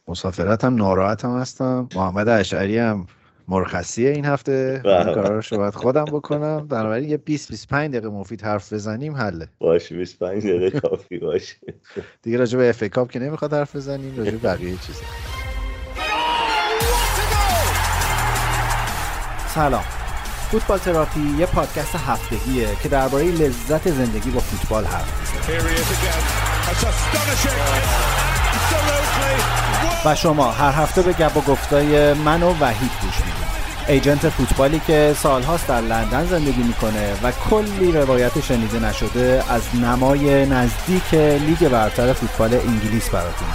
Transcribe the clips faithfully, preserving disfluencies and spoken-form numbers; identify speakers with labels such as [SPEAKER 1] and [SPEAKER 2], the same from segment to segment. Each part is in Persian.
[SPEAKER 1] مسافرتم ناراحتم هستم. محمد اشعری هم مرخصیه این هفته. من کاراشو باید خودم بکنم. بنابراین یه بیست بیست و پنج دقیقه مفید حرف بزنیم حله.
[SPEAKER 2] باشه بیست و پنج دقیقه کافی باشه.
[SPEAKER 1] دیگه راجع به اف ای کاپ که نمیخواد حرف بزنیم، راجع به بقیه چیزا.
[SPEAKER 3] سلام. فوتبال تراپی یه پادکست هفتگیه که درباره لذت زندگی با فوتبال حرف میزنه. و شما هر هفته به گپ و گفتای من و وحید گوش میدید. ایجنت فوتبالی که سالهاست در لندن زندگی میکنه و کلی روایت شنیده نشده از نمای نزدیک لیگ برتر فوتبال انگلیس براتون.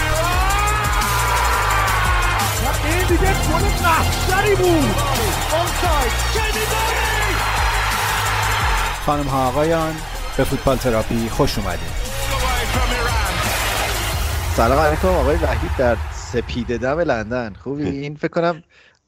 [SPEAKER 4] این دیگه گل محشری بود.
[SPEAKER 3] خانم ها آقایان، به فوتبال تراپی خوش اومدید.
[SPEAKER 1] سلام علیکم آقای وحید در سپیده دم لندن. خوبی؟ این فکر کنم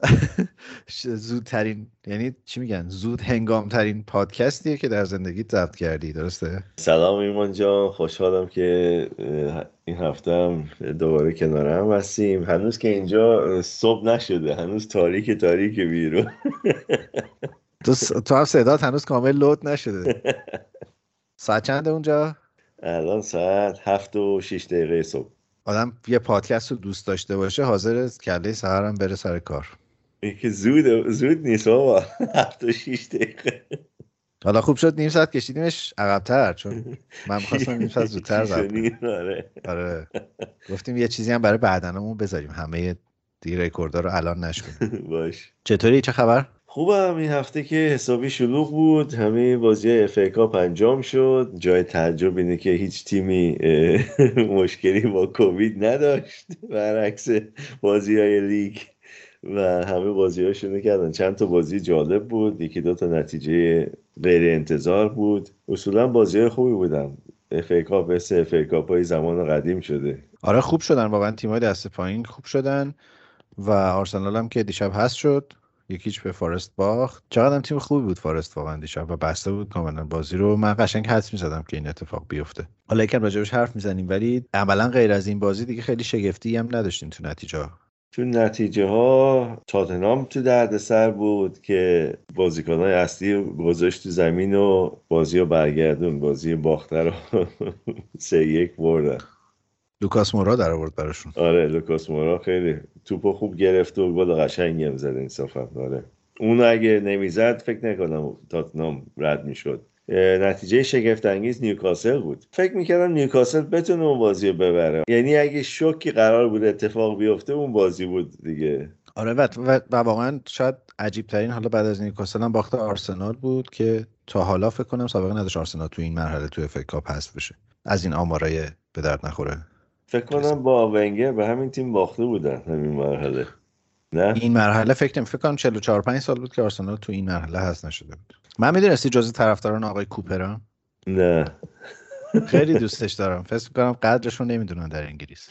[SPEAKER 1] زودترین، یعنی چی میگن، زود هنگام ترین پادکستیه که در زندگیت ضبط کردی، درسته؟
[SPEAKER 2] سلام ایمان جان، خوشحالم که این هفته هم دوباره کنارم هستیم. هنوز که اینجا صبح نشده، هنوز تاریک تاریک بیرون.
[SPEAKER 1] تو تو هم صدات هنوز کامل لود نشده. ساعت چنده اونجا؟
[SPEAKER 2] الان ساعت هفت و شیش دقیقه صبح.
[SPEAKER 1] آدم یه پادکست رو دوست داشته باشه حاضر کله سحرم بره سر کار.
[SPEAKER 2] این که زود زود نیست بابا. هفت و شیش دقیقه.
[SPEAKER 1] حالا خوب شد نیم ساعت کشیدیمش عقب‌تر، چون من می‌خواستم نیم ساعت زودتر ضبط کنم.
[SPEAKER 2] آره.
[SPEAKER 1] آره. گفتیم یه چیزی هم برای بعدنمون بذاریم، همه دیگه رکوردها رو الان نشکنیم.
[SPEAKER 2] باش.
[SPEAKER 1] چطوری؟ چه خبر؟
[SPEAKER 2] خوبم. این هفته که حسابی شلوغ بود، همه بازی اف ای کاپ انجام شد. جای تعجب اینه که هیچ تیمی مشکلی با کووید نداشت، برعکس بازی‌های لیگ، و همه بازی‌هاشون کردن. چند تا بازی جالب بود، یکی دو تا نتیجه غیر انتظار بود. اصولا بازی‌های خوبی بودن. اف ای کاپ مثل اف ای کاپ‌های زمان قدیم شده.
[SPEAKER 1] آره خوب شدن واقعا، تیم‌های دست پایین خوب شدن و آرسنال هم که دیشب هست شد، یکیچ به فارست باخت. چقدر هم تیم خوبی بود فارست واقعا دیشب و بسته بود کاملا بازی رو. من قشنگ حدس می‌زدم که این اتفاق بیفته. حالا یکم راجعش حرف می‌زنیم، ولی عملاً غیر از این بازی دیگه خیلی شگفتی هم نداشتیم تو نتیجه.
[SPEAKER 2] تو نتیجه ها تاتنهام تو دردسر بود که بازیکن‌های اصلی گذاشت تو زمین و بازی رو برگردون، بازی باخته رو سه یک بردن.
[SPEAKER 1] لوکاس مورا در آورد براشون.
[SPEAKER 2] آره لوکاس مورا خیلی توپو خوب گرفت و گل قشنگی هم زد انصافا. آره اون اگه نمیزد فکر نکنم تاتنهام رد میشد. نتیجه شگفت انگیز نیوکاسل بود. فکر میکردم نیوکاسل بتونه اون بازی رو ببره، یعنی اگه شوکی قرار بود اتفاق بیفته اون بازی بود دیگه.
[SPEAKER 1] آره و, و, و واقعا شاید عجیب ترین حالا بعد از نیوکاسل هم باخت آرسنال بود که تا حالا فکر کنم سابقه نداشت آرسنال تو این مرحله تو اف ای کاپ حذف بشه. از این آمارای به درد نخوره.
[SPEAKER 2] فکر کنم با ونگر به همین تیم باخته بودن همین مرحله. نه
[SPEAKER 1] این مرحله فکر نمی فکر کنم چهل و چهار پنج سال بود که آرسنال تو این مرحله حذف نشده بود. من میدونستی جزء طرفداران آقای کوپرم؟
[SPEAKER 2] نه
[SPEAKER 1] خیلی دوستش دارم. فکر کنم قدرش رو نمیدونن در انگلیس.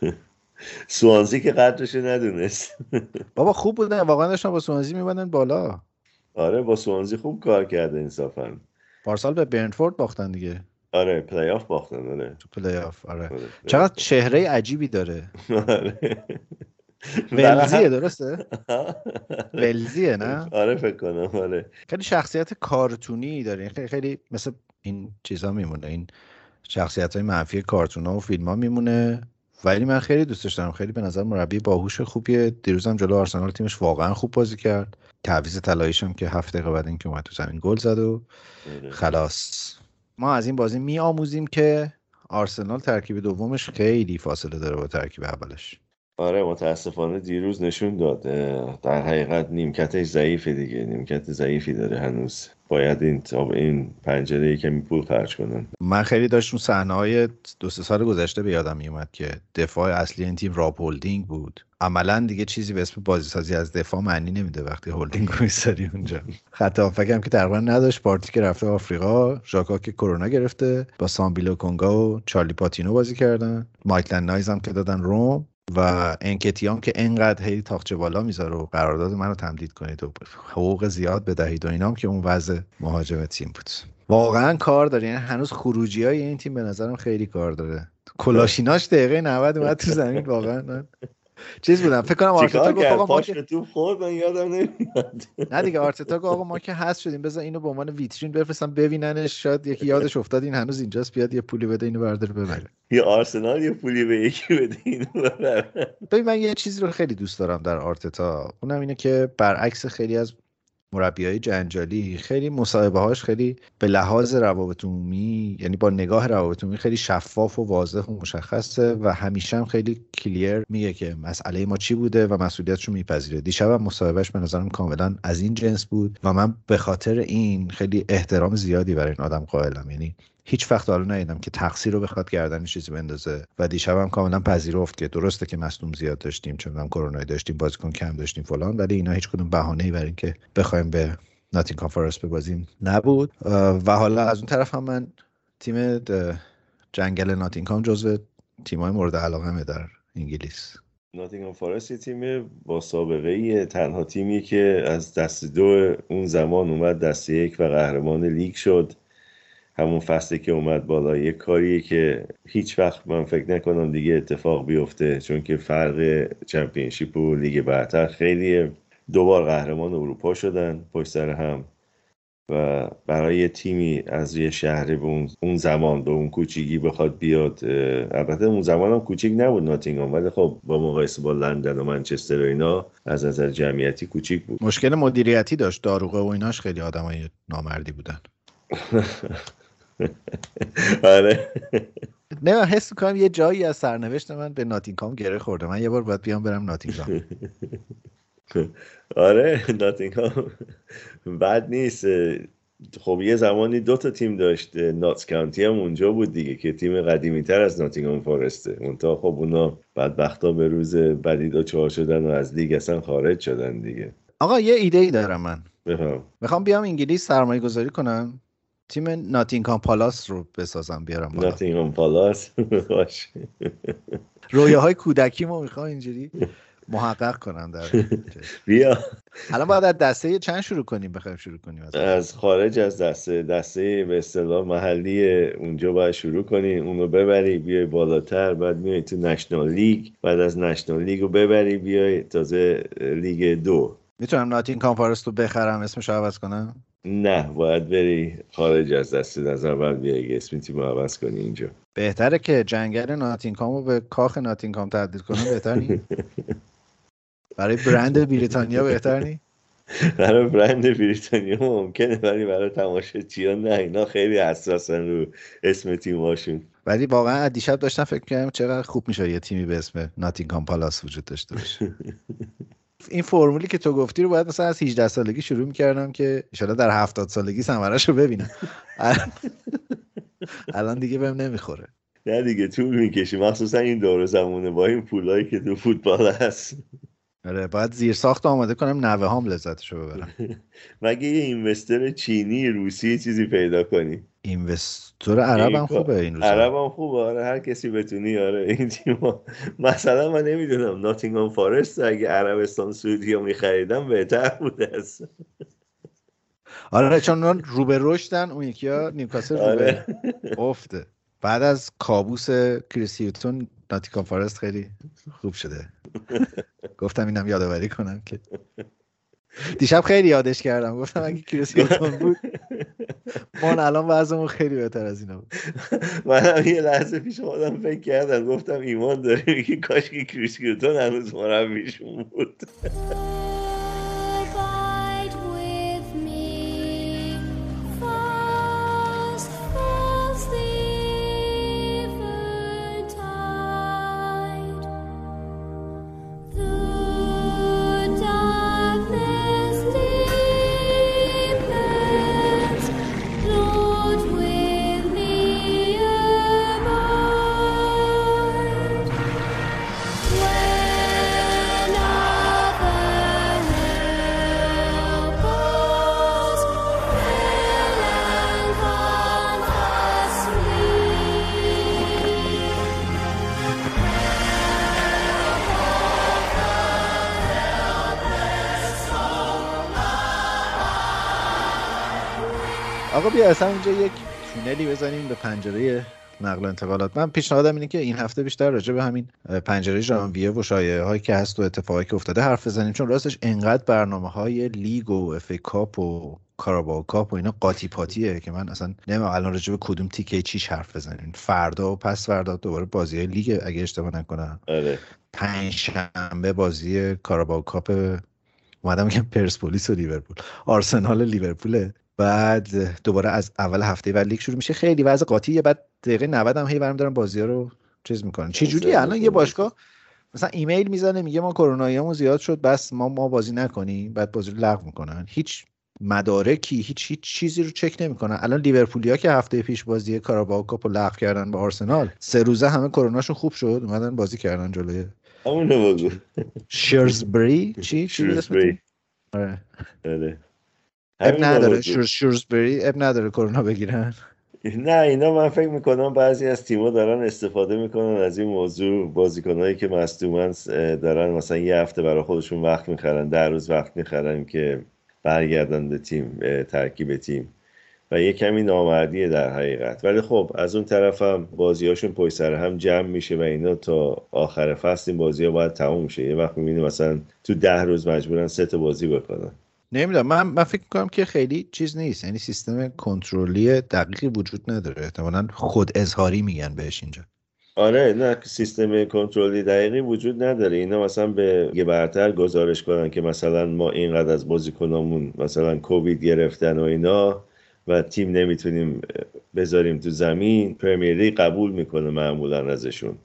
[SPEAKER 2] سوانزی که قدرش ندونست.
[SPEAKER 1] بابا خوب بودن واقعا، داشتن با سوانزی میبندن بالا.
[SPEAKER 2] آره با سوانزی خوب کار کرده انصافا.
[SPEAKER 1] پارسال به برنتفورد باختن دیگه.
[SPEAKER 2] آره پلی آف باختن. آره
[SPEAKER 1] تو پلی آف. آره, آره.
[SPEAKER 2] چقدر
[SPEAKER 1] چهره عجیبی داره.
[SPEAKER 2] آره
[SPEAKER 1] ولزیه درسته؟ ولزیه نه؟
[SPEAKER 2] آره فکر کنم. آره
[SPEAKER 1] خیلی شخصیت کارتونی داره، خیلی خیلی مثل این چیزا میمونه، این شخصیت‌های منفی کارتون‌ها و فیلم‌ها میمونه. ولی من خیلی دوستش دارم، خیلی به نظر مربی باهوش خوبیه. دیروزم جلو آرسنال تیمش واقعا خوب بازی کرد. تعویض طلاییش هم که هفت دقیقه بعد اینکه اومد تو زمین گل زد و خلاص. ما از این بازی میآموزیم که آرسنال ترکیب دومش خیلی فاصله داره با ترکیب اولش.
[SPEAKER 2] آره متاسفانه دیروز نشون داد در حقیقت نیمکتش ضعیفه دیگه، نیمکت ضعیفی داره هنوز. باید این تا این پنجره یکمی پول خرج کنن.
[SPEAKER 1] من خیلی داشت اون صحنه‌های دو سه سال گذشته به یادم میومد که دفاع اصلی این تیم راب هولدینگ بود. عملاً دیگه چیزی به اسم بازیسازی از دفاع معنی نمیده وقتی هولدینگ رو می‌ذاری اونجا. خط هافکم که تقریبا نداشت، پارتی که رفته آفریقا، ژاکا که کرونا گرفته، با سامبیلو کنگا و چارلی پاتینو بازی کردن، مایکل نایز هم که دادن روم و انکتیام که انقدر هی تاقچه بالا میذاره و قرارداد منو تمدید کنید و حقوق زیاد بدهید و اینام که اون وضع مهاجم تیم بود. واقعا کار داره، یعنی هنوز خروجیای این تیم به نظرم خیلی کار داره. کلاشیناش دقیقه نود اومد تو زمین. واقعا چیز بودم فکر کنم آرتتا گفت آقا ما که
[SPEAKER 2] تو خورد من یادم نمیاد.
[SPEAKER 1] نه دیگه آرتتا گفت آقا ما که هست شدیم بذار اینو به عنوان ویترین بفرستم ببیننش، شاید یکی یادش افتاد این هنوز اینجاست بیاد یه پولی بده اینو برداره ببره.
[SPEAKER 2] یا آرسنال یه پولی به یکی بده اینو ببره.
[SPEAKER 1] ببین من یه چیزی رو خیلی دوست دارم در آرتتا، اونم اینه که برعکس خیلی از مربیای جنجالی خیلی مصاحبه‌هاش خیلی به لحاظ روابط عمومی، یعنی با نگاه روابط عمومی خیلی شفاف و واضح و مشخصه و همیشه هم خیلی کلیر میگه که مسئله ما چی بوده و مسئولیتشو میپذیره. دیشب هم مصاحبهش به نظرم کاملا از این جنس بود و من به خاطر این خیلی احترام زیادی برای این آدم قائلم. یعنی هیچ وقت حالا ندیدم که تقصیر رو بخواد گردن چیزی بندازه و دیشب هم کاملا پذیرفت که درسته که مصدوم زیاد داشتیم، چون هم کرونا داشتیم، بازیکن کم داشتیم فلان، ولی اینا هیچ کدوم بهانه‌ای برای اینکه بخوایم به ناتینگهام فارست ببازیم نبود. و حالا از اون طرف هم من تیم جنگل ناتینگهام جزو تیم‌های مورد علاقه‌مه در انگلیس.
[SPEAKER 2] ناتینگهام فارست تیم با سابقه ای، تنها تیمی که از دست دو اون زمان اومد دست یک و قهرمان لیگ شد. همون فصلی که اومد بالا، یک کاریه که هیچ وقت من فکر نکنم دیگه اتفاق بیفته، چون که فرق چمپیونشیپ و لیگ برتر خیلیه. دوبار قهرمان اروپا شدن پشت سر هم و برای تیمی از یه شهر به اون زمان به اون کوچیکی بخواد بیاد، البته اون زمان هم کوچیک نبود ناتینگهام، ولی خب با مقایسه با لندن و منچستر و اینا از نظر جمعیتی کوچیک بود.
[SPEAKER 1] مشکل مدیریتی داشت، داروغه و ایناش خیلی آدمای نامردی بودن.
[SPEAKER 2] آره
[SPEAKER 1] نه من حس می‌کنم یه جایی از سرنوشت من به ناتینگهام گره خورده، من یه بار باید بیام برم ناتینگهام.
[SPEAKER 2] آره ناتینگهام بد نیست. خب یه زمانی دو تا تیم داشت، ناتس کانتی هم اونجا بود دیگه که تیم قدیمی تر از ناتینگهام فارسته. اونتا خب اونا بدبختا به روز بدی دچار شدن و از لیگ اصلا خارج شدن دیگه.
[SPEAKER 1] آقا یه ایده ای دارم من.
[SPEAKER 2] بفهم.
[SPEAKER 1] میخوام بیام انگلیس سرمایه گذاری کنم، تیم ناتینگهام پالاس رو بسازم بیارم بالا.
[SPEAKER 2] ناتینگهام پالاس باشه.
[SPEAKER 1] رویاهای کودکیمو میخوام اینجوری محقق کنم در
[SPEAKER 2] بیا.
[SPEAKER 1] الان باید از دسته چند شروع کنیم؟ بخوایم شروع کنیم از,
[SPEAKER 2] از خارج از دسته دسته به اصطلاح محلی اونجا باید شروع کنی، اونو ببری بیای بالاتر، بعد میای تو نشنال لیگ، بعد از نشنال لیگ رو ببری بیای تازه لیگ دو.
[SPEAKER 1] میتونم ناتینگهام فارست رو بخرم اسمش رو عوض کنم؟
[SPEAKER 2] نه باید بری خارج از دسته نظر بعد بیای اسم تیم رو عوض کنی اینجا.
[SPEAKER 1] بهتره که جنگل ناتینگهام رو به کاخ ناتینگهام تبدیل کنم، بهتر نی؟ برای برند بریتانیا بهتر نی؟
[SPEAKER 2] برای برند بریتانیا ممکنه ولی برای تماشاچیان نه، اینا خیلی حساسن رو اسم تیم‌هاشون.
[SPEAKER 1] ولی واقعا دیشب داشتم فکر می‌کردم چقدر خوب میشه یه تیمی به اسم ناتینگهام پالاس وجود داشته باشه. این فرمولی که تو گفتی رو باید مثلا از هجده سالگی شروع می‌کردم که ان شاءالله در هفتاد سالگی ثمره‌شو ببینم. الان دیگه بهم نمیخوره.
[SPEAKER 2] نه دیگه طول میکشی، مخصوصا این دور زمونه با این پولایی که تو فوتبال هست.
[SPEAKER 1] آره باید زیر ساخت آماده کنم نوه هام لذتشو ببرم.
[SPEAKER 2] مگه یه اینوستر چینی روسی چیزی پیدا کنی.
[SPEAKER 1] اینوستر عرب هم خوبه این روزا.
[SPEAKER 2] عرب هم خوبه آره، هر کسی بتونی. آره این تیما مثلا من نمیدونم ناتینگهام فارست اگه عربستان سعودی رو میخریدم بهتر بوده است.
[SPEAKER 1] آره چون اون رو به رشدن، اون یکی ها نیوکاسل رو به افته. بعد از کابوس کریس هیوتون ناتینگهام فارست خیلی خوب شده. گفتم اینم یادآوری کنم که دیشب خیلی یادش کردم، گفتم اگه کریس هیوتون بود ما الان وضعمون خیلی بهتر از اینا بود.
[SPEAKER 2] منم یه لحظه پیش خودم فکر کردم، گفتم ایمان داره میگه کاش که کریس هیوتون هنوز مربیشون بود. آقا بیا اصلا اینجا یک تونلی بزنیم به پنجره
[SPEAKER 1] نقل و انتقالات، من پیشنهادم اینه که این هفته بیشتر راجع به همین پنجره ژانویه و شایعه هایی که هست و اتفاقایی که افتاده حرف بزنیم، چون راستش انقدر برنامه‌های لیگ و اف ای کاپ و کاراباو کاپ و اینا قاطی پاتیه که من اصلا نمیدونم الان راجع به کدوم تیکه چیش حرف بزنیم. فردا و پس فردا دوباره بازی لیگ اگه اشتباه نکنم.
[SPEAKER 2] آره.
[SPEAKER 1] پنج شنبه بازی کاراباو کاپ، اومدم میگم پرسپولیس و لیورپول، آرسنال لیورپول. بعد دوباره از اول هفته بعد لیگ شروع میشه. خیلی وضع قاطیه. بعد دقیقه نود هم هی برام دارن بازی‌ها رو چیز میکنن. چه جوریه الان یه باشگاه مثلا ایمیل میزنه میگه ما کروناییامون زیاد شد بس ما ما بازی نکنیم، بعد بازی رو لغو میکنن. هیچ مدارکی، هیچ هیچ چیزی رو چک نمیکنن. الان لیورپولیا که هفته پیش بازی کاراباو کاپ رو لغو کردن با آرسنال، سه روزه همه کروناشون خوب شد اومدن بازی کردن جلوی
[SPEAKER 2] همونو بگو.
[SPEAKER 1] شرزبری چی چی
[SPEAKER 2] شرزبری.
[SPEAKER 1] آره.
[SPEAKER 2] آره.
[SPEAKER 1] اب نداره شورز شورزبری اب نداره کرونا بگیرن.
[SPEAKER 2] نه اینا من فکر میکنم بعضی از تیم‌ها دارن استفاده میکنن از این موضوع. بازیکنایی که مصدومن دارن مثلا یه هفته برای خودشون وقت میخرن، ده روز وقت میخرن که برگردن به تیم، ترکیب تیم، و یه کمی نامردیه در حقیقت. ولی خب از اون طرف هم بازیاشون پشت سر هم جمع میشه و اینا تا آخر فصل این بازی‌ها باید تموم میشه. یه وقت میبینی مثلا تو ده روز مجبورن سه تا بازی بکنن.
[SPEAKER 1] نمیدونم، من من فکر میکنم که خیلی چیز نیست، یعنی سیستم کنترلی دقیقی وجود نداره، احتمالاً خود اظهاری میگن بهش اینجا.
[SPEAKER 2] آره نه سیستم کنترلی دقیقی وجود نداره. اینا مثلا به یه برتر گزارش کنن که مثلا ما اینقدر از بازیکنامون مثلا کووید گرفتن و اینا و تیم نمیتونیم بذاریم تو زمین، پرمیر لیگ قبول میکنه معمولا ازشون.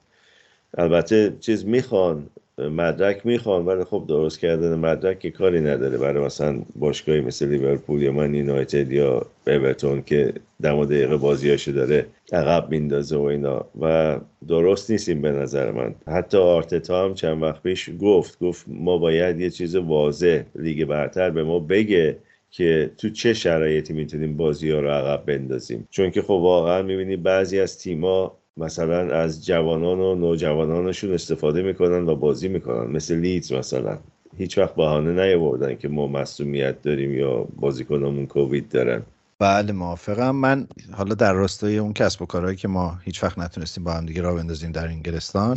[SPEAKER 2] البته چیز میخوان، مدرک میخوان، ولی خب درست کردن مدرک که کاری نداره برای مثلا باشگاهی مثل لیورپول یا من یونایتد یا اورتون که دم دقیقه بازیاشو داره عقب میندازه و اینا، و درست نیستیم به نظر من. حتی آرتتا هم چند وقت پیش گفت گفت ما باید یه چیز واضح لیگ برتر به ما بگه که تو چه شرایطی میتونیم بازی‌ها رو عقب بندازیم، چون که خب واقعا میبینی بعضی از تیم‌ها مثلا از جوانان و نوجوانانشون استفاده میکنن و بازی میکنن، مثل لیدز مثلا هیچ وقت بهانه نیاوردن که ما معصومیت داریم یا بازیکنامون کووید دارن.
[SPEAKER 1] بله موافقم. من حالا در راستای اون کسب و کارهایی که ما هیچ وقت نتونستیم با هم دیگه راه بندازیم در انگلستان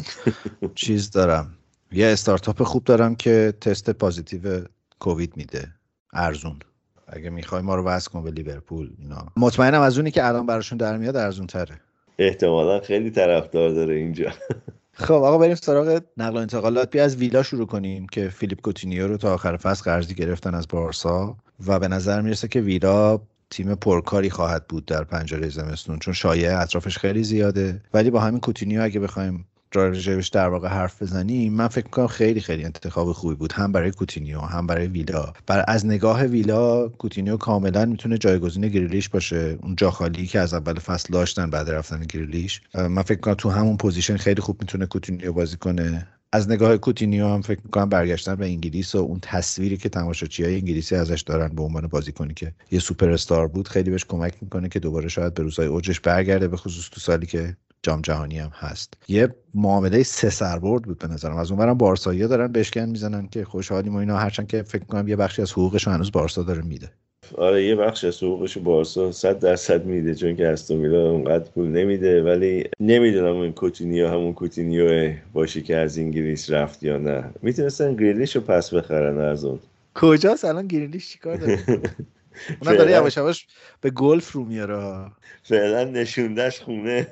[SPEAKER 1] چیز دارم، یه استارتاپ خوب دارم که تست پوزیتیو کووید میده ارزون. اگه میخوای ما رو وصل کن به لیورپول اینا، مطمئنم از اونی که الان براشون در میاد ارزون تره.
[SPEAKER 2] احتمالا خیلی طرفدار داره اینجا.
[SPEAKER 1] خب آقا بریم سراغ نقل و انتقالات. بیا از ویلا شروع کنیم که فیلیپ کوتینیو رو تا آخر فصل قرضی گرفتن از بارسا و به نظر میرسه که ویلا تیم پرکاری خواهد بود در پنجره زمستون، چون شایعه اطرافش خیلی زیاده. ولی با همین کوتینیو اگه بخوایم راجعش در واقع حرف بزنیم، من فکر می‌کنم خیلی خیلی انتخاب خوبی بود، هم برای کوتینیو هم برای ویلا. بر از نگاه ویلا کوتینیو کاملا میتونه جایگزین گریلیش باشه، اون جا خالی که از اول فصل داشتن بعد رفتن گریلیش. من فکر می‌کنم تو همون پوزیشن خیلی خوب میتونه کوتینیو بازی کنه. از نگاه کوتینیو هم فکر می‌کنم برگشتن به انگلیس و اون تصویری که تماشاگرای انگلیسی ازش دارن به عنوان بازیکنی که یه سوپر استار بود خیلی بهش کمک می‌کنه که دوباره شاید به روزهای اوجش برگرده، به خصوص تو سالی که جام جهانی هم هست. یه معامله سه سربرد بود به نظرم. از اونورم بارسایی‌ها دارن بشکن میزنن که خوشحالیم و اینا، هرچند که فکر کنم یه بخشی از حقوقش هنوز بارسا داره میده.
[SPEAKER 2] آره یه بخش از حقوقش بارسا صد درصد میده، چون که استون ویلا اونقدر پول نمیده. ولی نمیدونم این کوتینیو همون کوتینیو باشه که از انگلیس رفت یا نه. میتونستن گریلیشو پس بخرن ارزون.
[SPEAKER 1] کجاست الان گریلیش چیکار داره؟ اونم داره یواش یواش به گلف رو میاره.
[SPEAKER 2] فعلا نشوندش خونه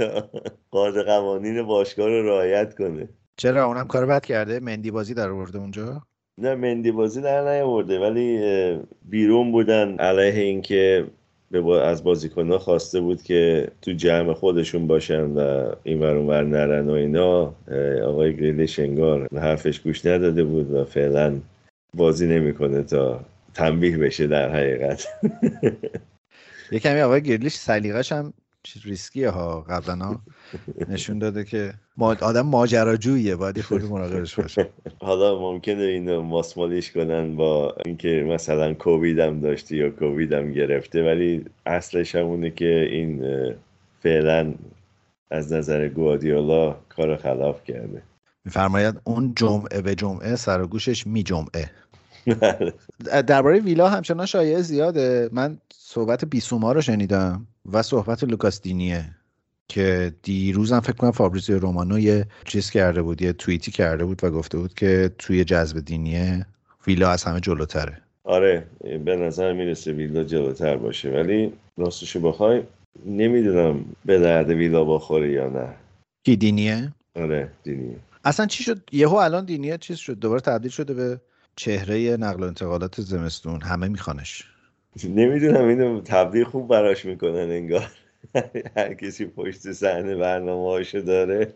[SPEAKER 2] قاعده قوانین باشگاه رو رعایت کنه.
[SPEAKER 1] چرا اونم کار بد کرده؟ مندی بازی در آورده اونجا؟
[SPEAKER 2] نه مندی بازی در نیاورده، ولی بیرون بودن علیه این که از بازیکن‌ها خواسته بود که تو جمع خودشون باشن و این ور اون ور نرن و اینا. آقای گریلیش انگار حرفش گوش نداده بود و فعلا بازی نمیکنه تا تنبیه بشه در حقیقت.
[SPEAKER 1] یه کمی آقای گریلیش سلیقه‌ش هم ریسکیه ها، قبلا نشون داده که آدم ماجراجوییه، باید خود مراقبش باشه.
[SPEAKER 2] حالا ممکنه اینو ماسمالیش کنن با اینکه مثلا کووید هم داشته یا کووید هم گرفته، ولی اصلش همونه که این فعلا از نظر گواردیولا کار خلاف کرده.
[SPEAKER 1] میفرماید اون جمعه به جمعه سر و گوشش می جمعه. درباره ویلا همچنان شایعه زیاده. من صحبت بیسوما رو شنیدم و صحبت لوکاس دینیه که دیروز هم فکر کنم فابریزیو رومانو یه چیز کرده بود، یه توییتی کرده بود و گفته بود که توی جذب دینیه ویلا از همه جلوتره.
[SPEAKER 2] آره به نظر میرسه ویلا جلوتر باشه، ولی راستشو بخوای نمیدونم به درد ویلا بخوره یا نه.
[SPEAKER 1] کی دینیه؟
[SPEAKER 2] آره دینیه.
[SPEAKER 1] اصلا چی شد یهو الان دینیه چیز شد دوباره تبدیل شده به چهره نقل و انتقالات زمستون، همه میخوانش.
[SPEAKER 2] نمیدونم اینو تبدیل خوب براش میکنن انگار. هر کسی پشت صحنه برنامه‌هاشو داره.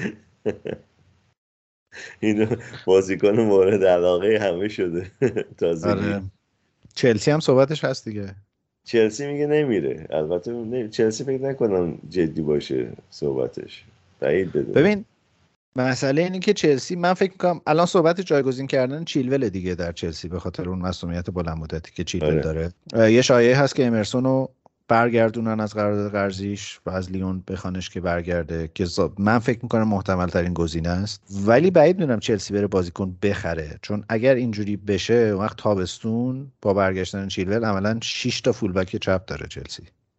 [SPEAKER 2] اینو بازیکن مورد علاقه همه شده تازگی.
[SPEAKER 1] آره. چلسی هم صحبتش هست دیگه.
[SPEAKER 2] چلسی میگه نمیره. البته نه... چلسی فکر نکنم جدی باشه صحبتش. بعید بدونم.
[SPEAKER 1] ببین مسئله اینه که چلسی، من فکر میکنم الان صحبت جایگزین کردن چیلول دیگه در چلسی به خاطر اون مسئولیت بلند مدتی که چیلول
[SPEAKER 2] آره.
[SPEAKER 1] داره. یه شایعه هست که امرسون رو برگردونن از قرارداد قرضیش و از لیون بخوانش که برگرده، که من فکر میکنم محتمل ترین گزینه است، ولی بعید میدونم چلسی بره بازیکن بخره، چون اگر اینجوری بشه وقت تابستون با برگشتن چیلول عملاً شش تا فولبک چپ داره چلسی.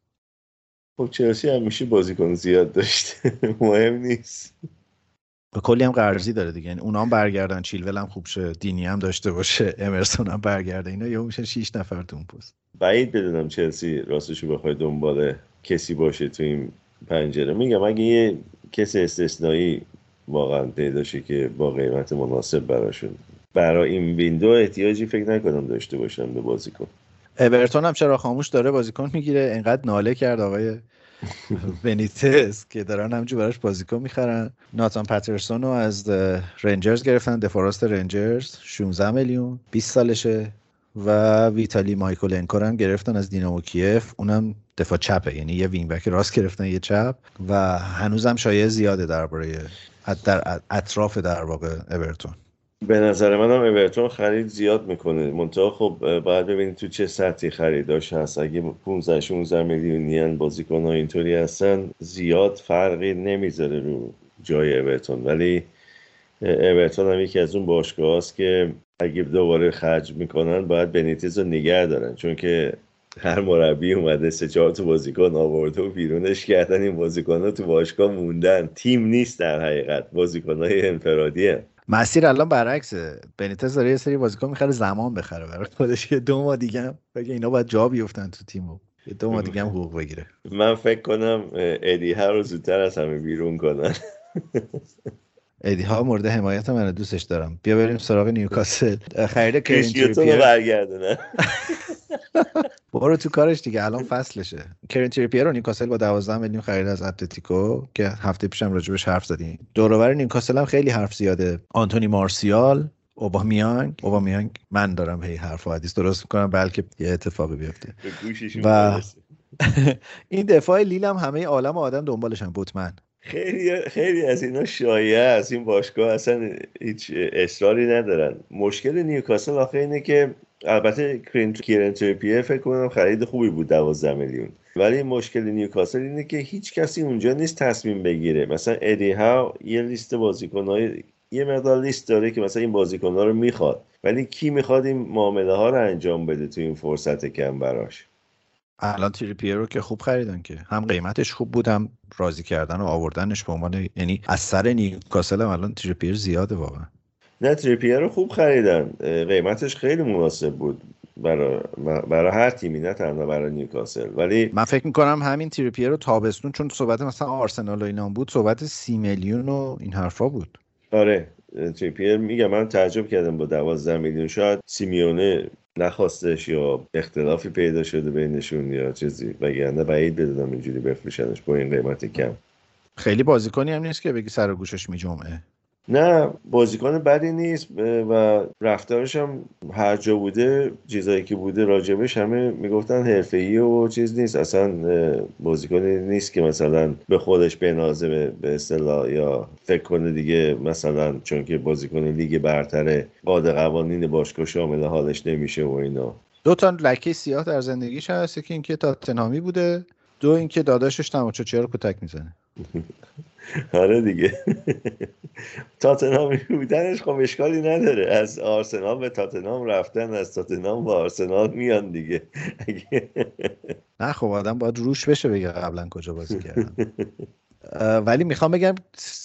[SPEAKER 2] خب چلسی همیشه بازیکن زیاد داشته. مهم نیست.
[SPEAKER 1] کلی هم قرضی داره دیگه، یعنی اونا هم برگردن، چیلول هم خوب شه، دینی هم داشته باشه، امرسون هم برگرده، اینا یهو میشن شش نفر تو اون پست.
[SPEAKER 2] بعید بدونم چلسی راستشو بخوای دنبال کسی باشه تو این پنجره. میگم اگه یه کسی استثنایی واقعا پیدا شه که با قیمت مناسب براشون، برای این ویندو احتیاجی فکر نکنم داشته باشن به بازیکن.
[SPEAKER 1] اورتون هم چرا خاموش داره بازیکن میگیره، انقدر ناله کرد آقای بنیتز که دارن همینجور براش بازیکن میخرن. ناتان پاترسون رو از رنجرز گرفتن، دفاراست رنجرز، شانزده میلیون، بیست سالشه. و ویتالی مایکولنکو هم گرفتن از دینامو کیف، اونم دفاع چپه، یعنی یه وینگ بک راست گرفتن یه چپ، و هنوزم شایعه زیاده درباره در اطراف در واقع اورتون.
[SPEAKER 2] به نظر منم اورتون خرید زیاد میکنه، منتها خب باید ببینید تو چه سطحی خریداش هست. اگه پانزده شانزده میلیونین بازیکن‌ها اینطوری هستن زیاد فرقی نمیذاره رو جای اورتون، ولی اورتون هم یکی از اون باشگاه هست که اگه دوباره خرج میکنن باید بنیتز رو نگه دارن، چون که هر مربی اومده سه چهار تا بازیکن آورده و بیرونش کردن، این بازیکن‌ها تو باشگاه موندن، تیم نیست در حقیقت، بازیکن‌های انفرادی هست.
[SPEAKER 1] مسیر الان برعکسه، بنیتز داره یه سری بازیکن میخره زمان بخره برای خودش، که دو ماه دیگه هم بگه اینا باید جا بیفتن تو تیمو، یه دو ماه دیگه هم حقوق بگیره. من
[SPEAKER 2] فکر کنم ادی ها رو زودتر از همه بیرون کنن.
[SPEAKER 1] ادی ها مورد حمایت من، دوستش دارم. بیا بریم سراغ نیوکاسل. خرید کرین
[SPEAKER 2] تریپیر رو برگردونن.
[SPEAKER 1] برو تو کارش دیگه، الان فصلشه. کرین تریپیر رو نیوکاسل با دوازده میلیون خرید از اتلتیکو که هفته پیشم راجبش حرف زدیم. دور و بر نیوکاسل هم خیلی حرف زیاده. آنتونی مارسیال، اوبامیانگ، اوبامیانگ من دارم هی حرف و حدیث درست میکنم بلکه یه اتفاقی بیفته. و این دفاع لیل هم همه عالم آدم دنبالشن، بوتمن.
[SPEAKER 2] خیلی خیلی از اینا شایعه از این باشگاه اصلا هیچ اصراری ندارن. مشکل نیوکاسل آخه اینه که البته کیرن تریپیر فکر کنم خرید خوبی بود دوازده میلیون، ولی مشکل نیوکاسل اینه که هیچ کسی اونجا نیست تصمیم بگیره. مثلا ادی ها یه لیست بازیکن‌های، یه مقدار لیست داره که مثلا این بازیکن‌ها رو میخواد، ولی کی میخواد این معامله ها رو انجام بده تو این فرصت کم براش؟
[SPEAKER 1] الان تریپیر رو که خوب خریدن، که هم قیمتش خوب بود هم راضی کردن و آوردنش به عنوان، یعنی از سر نیوکاسل هم الان تریپیر زیاده واقعا.
[SPEAKER 2] نه تریپیر رو خوب خریدن، قیمتش خیلی مناسب بود برای برای هر تیمی، نه تنها برای نیوکاسل. ولی
[SPEAKER 1] من فکر میکنم همین تریپیر رو تابستون، چون صحبت مثلا آرسنال و اینا بود، صحبت سی میلیون و این حرفا بود.
[SPEAKER 2] آره تریپیر میگم من تعجب کردم با دوازده میلیون، شاید سیمیونه نخواستش یا اختلافی پیدا شده بینشون یا چیزی، وگرنه بعید بدونم اینجوری بفروشنش با این قیمت کم.
[SPEAKER 1] خیلی بازیکنی هم نیست که بگی سر و گوشش میجمعه.
[SPEAKER 2] نه بازیکن بدی نیست و رفتارش هم هر جا بوده، چیزایی که بوده راجبش همه میگفتن حرفه‌ای و چیز نیست، اصلا بازیکنی نیست که مثلا به خودش بنازه به اصطلاح یا فکر کنه دیگه مثلا چون که بازیکن لیگ برتره قاعده قوانین باشگاه شامل حالش نمیشه و اینا.
[SPEAKER 1] دو تا لکه سیاه در زندگیش هست، که اینکه تاتنهامی بوده، دو اینکه داداشش تماشاچی رو کتک میزنه.
[SPEAKER 2] آره دیگه. تاتنهامی بودنش خب اشکالی نداره، از آرسنال به تاتنهام رفتن، از تاتنهام به آرسنال میان دیگه. نه
[SPEAKER 1] خب آدم باید روش بشه بگه قبلا کجا بازی کردن. ولی میخوام بگم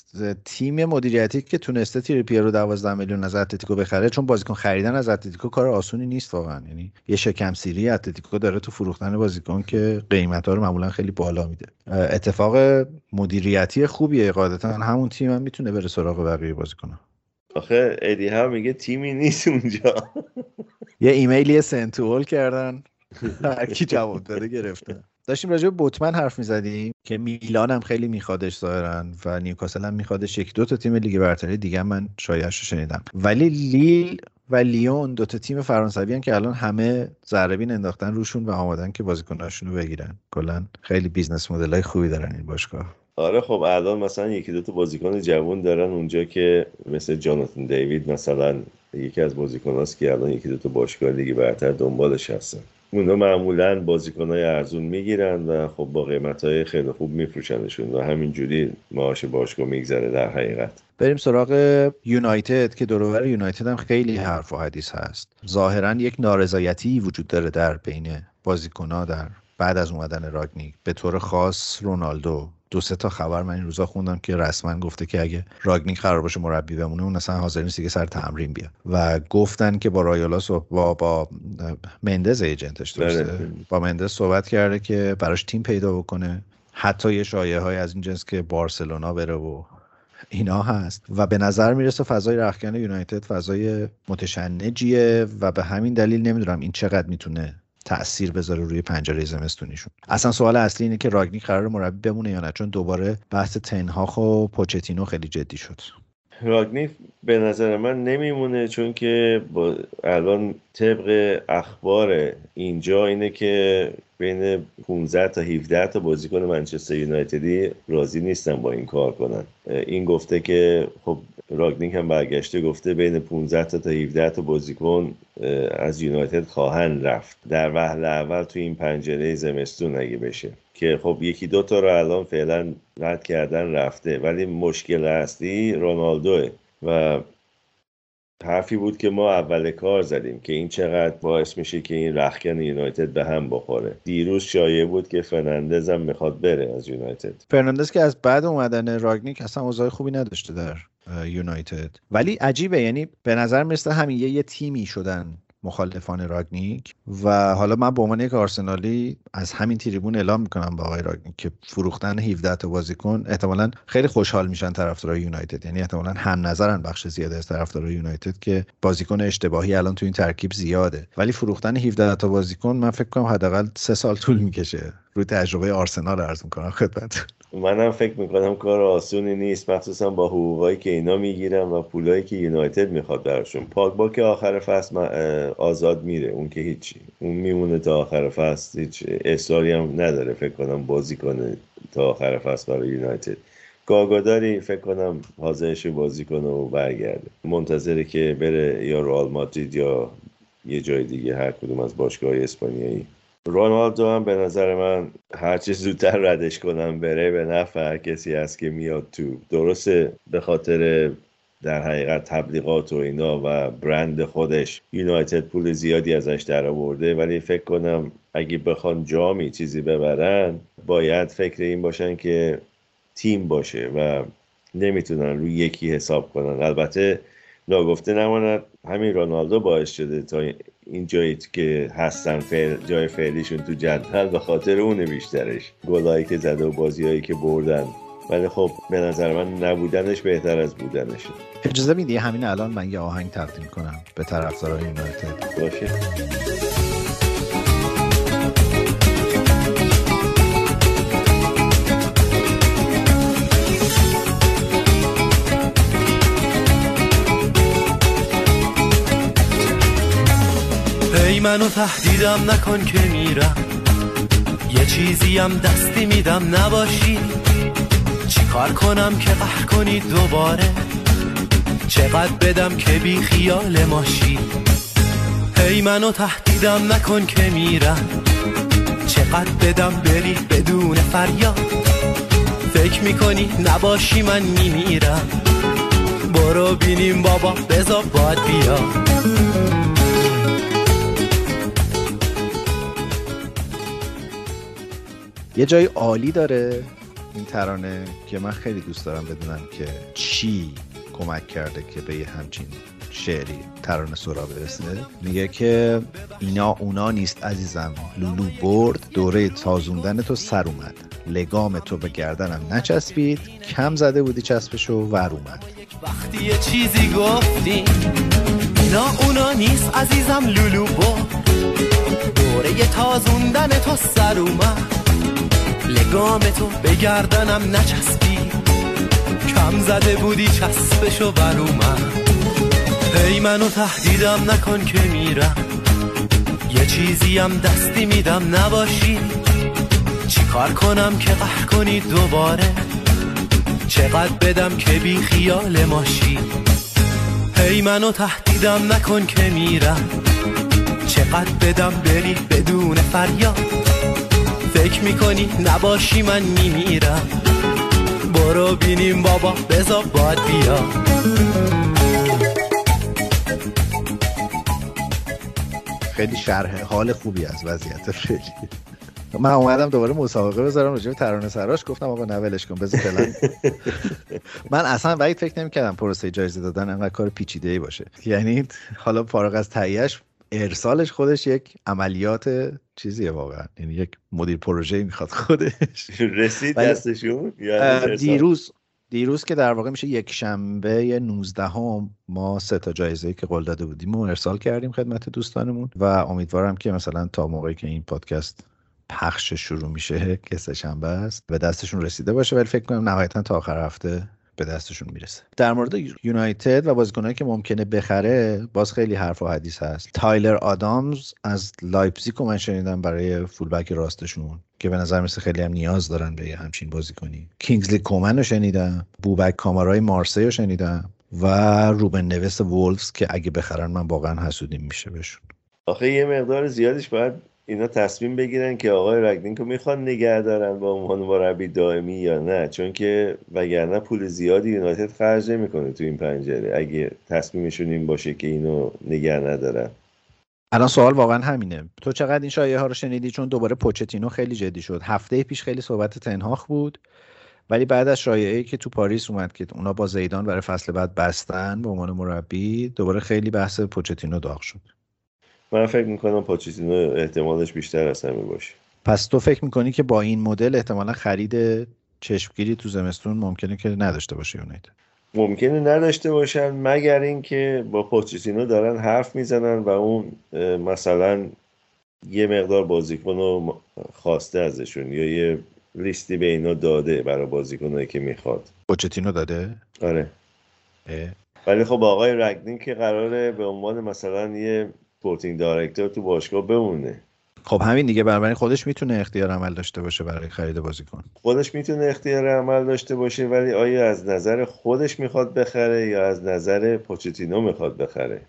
[SPEAKER 1] تیم مدیریتی که تونسته تریپیر رو دوازده میلیون از اتلتیکو بخره، چون بازیکن خریدن از اتلتیکو کار آسونی نیست واقعا. یعنی یه شکم سیری اتلتیکو داره تو فروختن بازیکن که قیمتا رو معمولا خیلی بالا میده. اتفاق مدیریتی خوبیه، قاعدتا همون تیم هم میتونه بره سراغ بقیه بازیکن‌ها.
[SPEAKER 2] آخه ادی هم میگه تیمی نیست اونجا.
[SPEAKER 1] یه ایمیلی سنتوال کردن، هر کی جواب داده گرفته. داشتیم راجع به بوتمن حرف می‌زدیم که میلان هم خیلی میخوادش ظاهرا و نیوکاسل هم میخوادش. یک دو تا تیم لیگ برتری دیگه من شایعش رو شنیدم، ولی لیل و لیون دو تا تیم فرانسوی ان که الان همه ضربین انداختن روشون و آمادن که بازیکناشون رو بگیرن. کلا خیلی بیزنس مدلای خوبی دارن این باشگاه.
[SPEAKER 2] آره خب الان مثلا یکی دو تا بازیکن جوان دارن اونجا که مثل جاناتان دیوید مثلا یکی از بازیکناست که الان یکی دو تا باشگاه لیگ برتر دنبالش هستن. اونا معمولاً بازیکنای ارزون میگیرن و خب با قیمتای خیلی خوب میفروشنشون و همینجوری معاش باشگاه میگذره در حقیقت.
[SPEAKER 1] بریم سراغ یونایتد که دور و بر یونایتد هم خیلی حرف و حدیث هست. ظاهراً یک نارضایتی وجود داره در بین بازیکن‌ها در بعد از اومدن راگنیک، به طور خاص رونالدو. دو سه تا خبر من این روزا خوندم که رسما گفته که اگه راگنیک قرار باشه مربی بمونه اون اصلا حاضر نیست دیگه سر تمرین بیاد و گفتن که با رایولا و با با مندز ایجنتش درسته با مندز صحبت کرده که براش تیم پیدا بکنه. حتی یه شایعه‌های از این جنس که بارسلونا بره و اینا هست و به نظر میرسه فضای رختکن یونایتد فضای متشنجیه و به همین دلیل نمیدونم این چقدر میتونه تأثیر بذاره روی پنجره زمستونیشون. اصلا سوال اصلی اینه که راگنیک قرار مربی بمونه یا نه، چون دوباره بحث تنهاخ و پوچتینو خیلی جدی شد.
[SPEAKER 2] راگنیک به نظر من نمیمونه، چون که با الان طبق اخبار اینجا اینه که بین پانزده تا هفده تا بازیکن منچستر یونایتدی راضی نیستن با این کار کنن. این گفته که خب راگنیک هم برگشته گفته بین پانزده تا تا هفده تا بازیکن از یونایتد خواهند رفت در وهله اول تو این پنجره زمستون اگه بشه، که خب یکی دو تا رو الان فعلا رد کردن رفته، ولی مشکل اصلی رونالدوه و حرفی بود که ما اول کار زدیم که این چقدر باعث میشه که این رختکن یونایتد به هم بخوره. دیروز شایعه بود که فرناندز هم میخواد بره از یونایتد.
[SPEAKER 1] فرناندز که از بعد اومدن راگنیک اصلا اوضاع خوبی نداشته در یونایتد، ولی عجیبه، یعنی به نظر میرسه همین یه, یه تیمی شدن مخالفان راگنیک و حالا من به عنوان یک آرسنالی از همین تریبون اعلام میکنم با آقای راگنیک که فروختن هفده تا بازیکن احتمالاً خیلی خوشحال میشن طرفدارای یونایتد، یعنی احتمالاً هم نظرن بخش زیاده از طرفدارای یونایتد که بازیکن اشتباهی الان تو این ترکیب زیاده، ولی فروختن هفده تا بازیکن من فکر کنم حداقل سه سال طول میکشه. روی تجربه آرسنال عرض میکنم خدمت.
[SPEAKER 2] منم فکر میکنم کار آسونی نیست، مخصوصا با حقوقایی که اینا میگیرن و پولایی که یونایتد میخواد براشون. پاگبا که آخر فصل آزاد میره، اون که هیچی، اون میمونه تا آخر فصل، هیچ اصراری هم نداره فکر کنم بازی کنه تا آخر فصل برای یونایتد. گاگاداری فکر کنم حاضرش بازی کنه و برگرده، منتظره که بره یا رئال مادرید یا یه جای دیگه، هر کدوم از باشگاه‌های اسپانیایی. رونالدو هم به نظر من هرچی زودتر ردش کنم بره به نفع هر کسی هست که میاد تو. درسته به خاطر در حقیقت تبلیغات و اینا و برند خودش یونایتد پول زیادی ازش در آورده، ولی فکر کنم اگه بخوان جامی چیزی ببرن باید فکر این باشن که تیم باشه و نمیتونن روی یکی حساب کنن. البته ناگفته نماند همین رونالدو باعث شده تا این جایی که هستن فعل جای فعلیشون تو جدول به خاطر اونه بیشترش، گلایی که زده و بازیایی که بردن، ولی خب به نظر من نبودنش بهتر از بودنشه.
[SPEAKER 1] اجازه میدی همین الان من یه آهنگ تقدیم کنم به طرفدارای یونایتد؟
[SPEAKER 2] باشه.
[SPEAKER 5] ای منو تهدیدم نکن که میرم، یه چیزیم دستی میدم نباشی، چی کار کنم که قهر کنی دوباره، چقدر بدم که بی خیال ماشی. ای منو تهدیدم نکن که میرم، چقدر بدم بری بدون فریاد، فکر میکنی نباشی من میمیرم، برو بینیم بابا بذار باید بیا.
[SPEAKER 1] یه جای عالی داره این ترانه که من خیلی دوست دارم بدونم که چی کمک کرده که به یه همچین شعری ترانه سرا برسه. میگه که اینا اونا نیست عزیزم، لولو برد دوره تازوندن تو سر اومد، لگام تو به گردنم نچسبید، کم زده بودی چسبشو ور اومد.
[SPEAKER 5] وقتی یه چیزی گفتی اینا اونا نیست عزیزم، لولو برد دوره تازوندن تو سر اومد، لگام تو به گردنم نچسبید، کم زده بودی چسبشو ور اومد. هی منو تهدیدم نکن که میرم، یه چیزی هم دستی میدم نباشی، چی کار کنم که قهر کنی دوباره، چقدر بدم که بی خیال ماشی. هی منو تهدیدم نکن که میرم، چقدر بدم بری بدون فریاد، فکر میکنی نباشی من میمیرم، برو بینیم بابا بذار باد بیا.
[SPEAKER 1] خیلی شرح حال خوبی از وضعیت فعلی. من اومدم دوباره مسابقه بذارم راجع به ترانه سراش، گفتم آقا نولش کن بذار فعلا. من اصلا وحید فکر نمی‌کردم پروسه جایزه دادن انقدر کار پیچیده‌ای باشه، یعنی حالا فارغ از تهیه‌اش ارسالش خودش یک عملیات چیزیه واقعا، یعنی یک مدیر پروژه میخواد خودش.
[SPEAKER 2] رسید دستشون
[SPEAKER 1] دیروز دیروز که در واقع میشه یک شنبه نوزدهم ما سه تا جایزه‌ای که قول داده بودیم و ارسال کردیم خدمت دوستانمون و امیدوارم که مثلا تا موقعی که این پادکست پخش شروع میشه که سه شنبه است به دستشون رسیده باشه، ولی فکر کنم نهایتا تا آخر هفته به دستشون میرسه. در مورد یونایتد و بازیکنایی که ممکنه بخره باز خیلی حرف و حدیث هست. تایلر آدامز از لایپزیگ رو من شنیدم برای فولبک راستشون که به نظر میسه خیلی هم نیاز دارن به همچین بازیکنی. کینگزلی کومن رو شنیدم، بوبک کامارای مارسی رو شنیدم و روبن نویس وولفز که اگه بخرن من واقعا حسودیم میشه بهشون.
[SPEAKER 2] آخه یه مقدار زیادیش باید اینا تصمیم بگیرن که آقای رگنینکو میخوان نگه دارن با عنوان مربی دائمی یا نه، چون که وگرنه پول زیادی یونایتد خرج نمیکنه تو این پنجره اگه تصمیمشون این باشه که اینو نگه ندارن.
[SPEAKER 1] الان سوال واقعا همینه، تو چقدر این شایعه ها رو شنیدی؟ چون دوباره پوچتینو خیلی جدی شد. هفته پیش خیلی صحبت تنهاخ بود، ولی بعد از شایعه‌ای که تو پاریس اومد که اونا با زیدان برای فصل بعد بستن به عنوان مربی، دوباره خیلی بحث پوچتینو داغ شد.
[SPEAKER 2] من فکر میکنم پوچتینو احتمالش بیشتر از همین باشه.
[SPEAKER 1] پس تو فکر میکنی که با این مدل احتمالا خرید چشمگیری تو زمستون ممکنه که نداشته باشه یونایتد؟
[SPEAKER 2] ممکنه نداشته باشن مگر اینکه با پوچتینو دارن حرف میزنن و اون مثلا یه مقدار بازیکن رو خواسته ازشون یا یه لیستی به اینا داده برای بازیکنایی که میخواد.
[SPEAKER 1] پوچتینو داده؟
[SPEAKER 2] آره.
[SPEAKER 1] اه.
[SPEAKER 2] ولی خب آقای رگنینک که قراره به عنوان مثلا یه اسپورتینگ دایرکتور تو باشگاه بمونه.
[SPEAKER 1] خب همین دیگه، بنابراین خودش میتونه اختیار عمل داشته باشه برای خرید بازیکن.
[SPEAKER 2] خودش میتونه اختیار عمل داشته باشه، ولی آیا از نظر خودش میخواد بخره یا از نظر پوچتینو میخواد بخره؟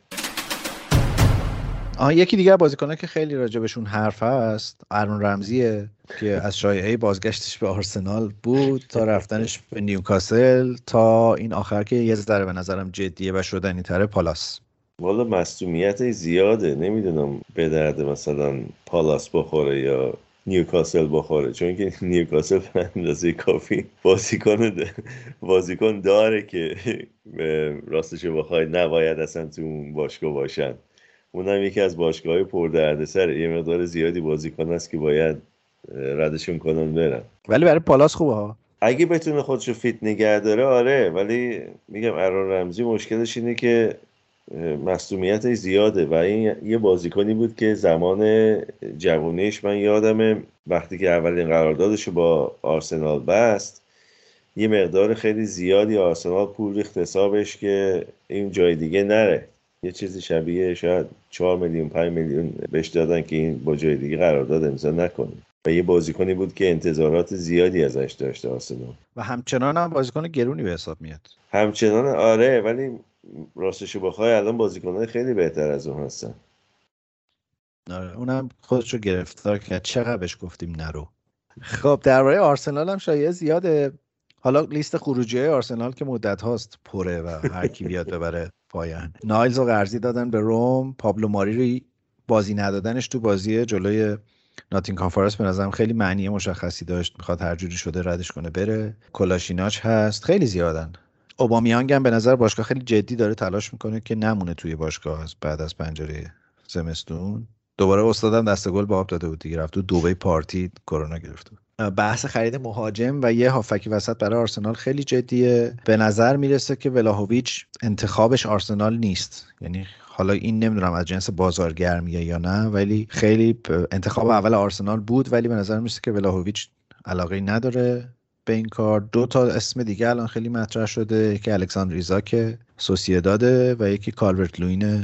[SPEAKER 1] آها یکی دیگه بازیکنه که خیلی راجبشون حرف هست آرون رمزیه که از شایعه بازگشتش به آرسنال بود تا رفتنش به نیوکاسل تا این آخر که یه ذره به نظرم جدیه و شدنی تره پالاس.
[SPEAKER 2] والا مصدومیت زیاده، نمیدونم به درد مثلا پالاس بخوره یا نیوکاسل بخوره، چون که نیوکاسل به اندازه کافی بازیکن بازیکن داره که راستشو بخوای نباید اصلا تو اون باشگاه باشن. اونم یکی از باشگاه‌های پردردسر، یه مقدار زیادی بازیکن هست که باید ردشون کنن برن.
[SPEAKER 1] ولی برای پالاس خوبه ها
[SPEAKER 2] اگه بتونه خودشو فیت نگه داره. آره، ولی میگم آرون رمزی مشکلش اینه که مصدومیت زیاده و این یه بازیکنی بود که زمان جوونیش من یادمه وقتی که اولین قراردادشو با آرسنال بست یه مقدار خیلی زیادی آرسنال پول ریخت حسابش که این جای دیگه نره. یه چیزی شبیه شاید چهار میلیون پنج میلیون بهش دادن که این با جای دیگه قرارداد امضا نکنه و یه بازیکنی بود که انتظارات زیادی ازش داشته آرسنال و
[SPEAKER 1] همچنان هم بازیکن گرونی به حساب میاد.
[SPEAKER 2] همچنان آره، ولی راستشو بخوای الان بازیکن‌های خیلی بهتر از اون هستن.
[SPEAKER 1] آره اونم خودشو گرفتار کرد، چقدر بهش گفتیم نرو. خب درباره آرسنال هم شایعه زیاده. حالا لیست خروجی‌های آرسنال که مدت هاست پره و هر کی بیاد ببره پایان. نایلز رو قرضی دادن به روم، پابلو ماری رو بازی ندادنش تو بازی جلوی ناتینگهام فارست به نظرم خیلی معنی مشخصی داشت، میخواد هر جوری شده ردش کنه بره. کولاشیناچ هست، خیلی زیادن. اوبامیانگ هم به نظر باشگاه خیلی جدی داره تلاش میکنه که نمونه توی باشگاه از بعد از پنجره زمستون. دوباره استادم دست گل به آب داده بود دیگه، رفت تو دبی پارتی کرونا گرفته. بحث خرید مهاجم و یه هافکی وسط برای آرسنال خیلی جدیه. به نظر میرسه که ولاهویچ انتخابش آرسنال نیست، یعنی حالا این نمیدونم از جنس بازارگرمیه یا نه، ولی خیلی انتخاب اول آرسنال بود، ولی به نظر میرسه که ولاهویچ علاقه نداره به این کار. دو تا اسم دیگه الان خیلی مطرح شده، یکی الکساندر ایزاک سوسییداد و یکی کالورت لوین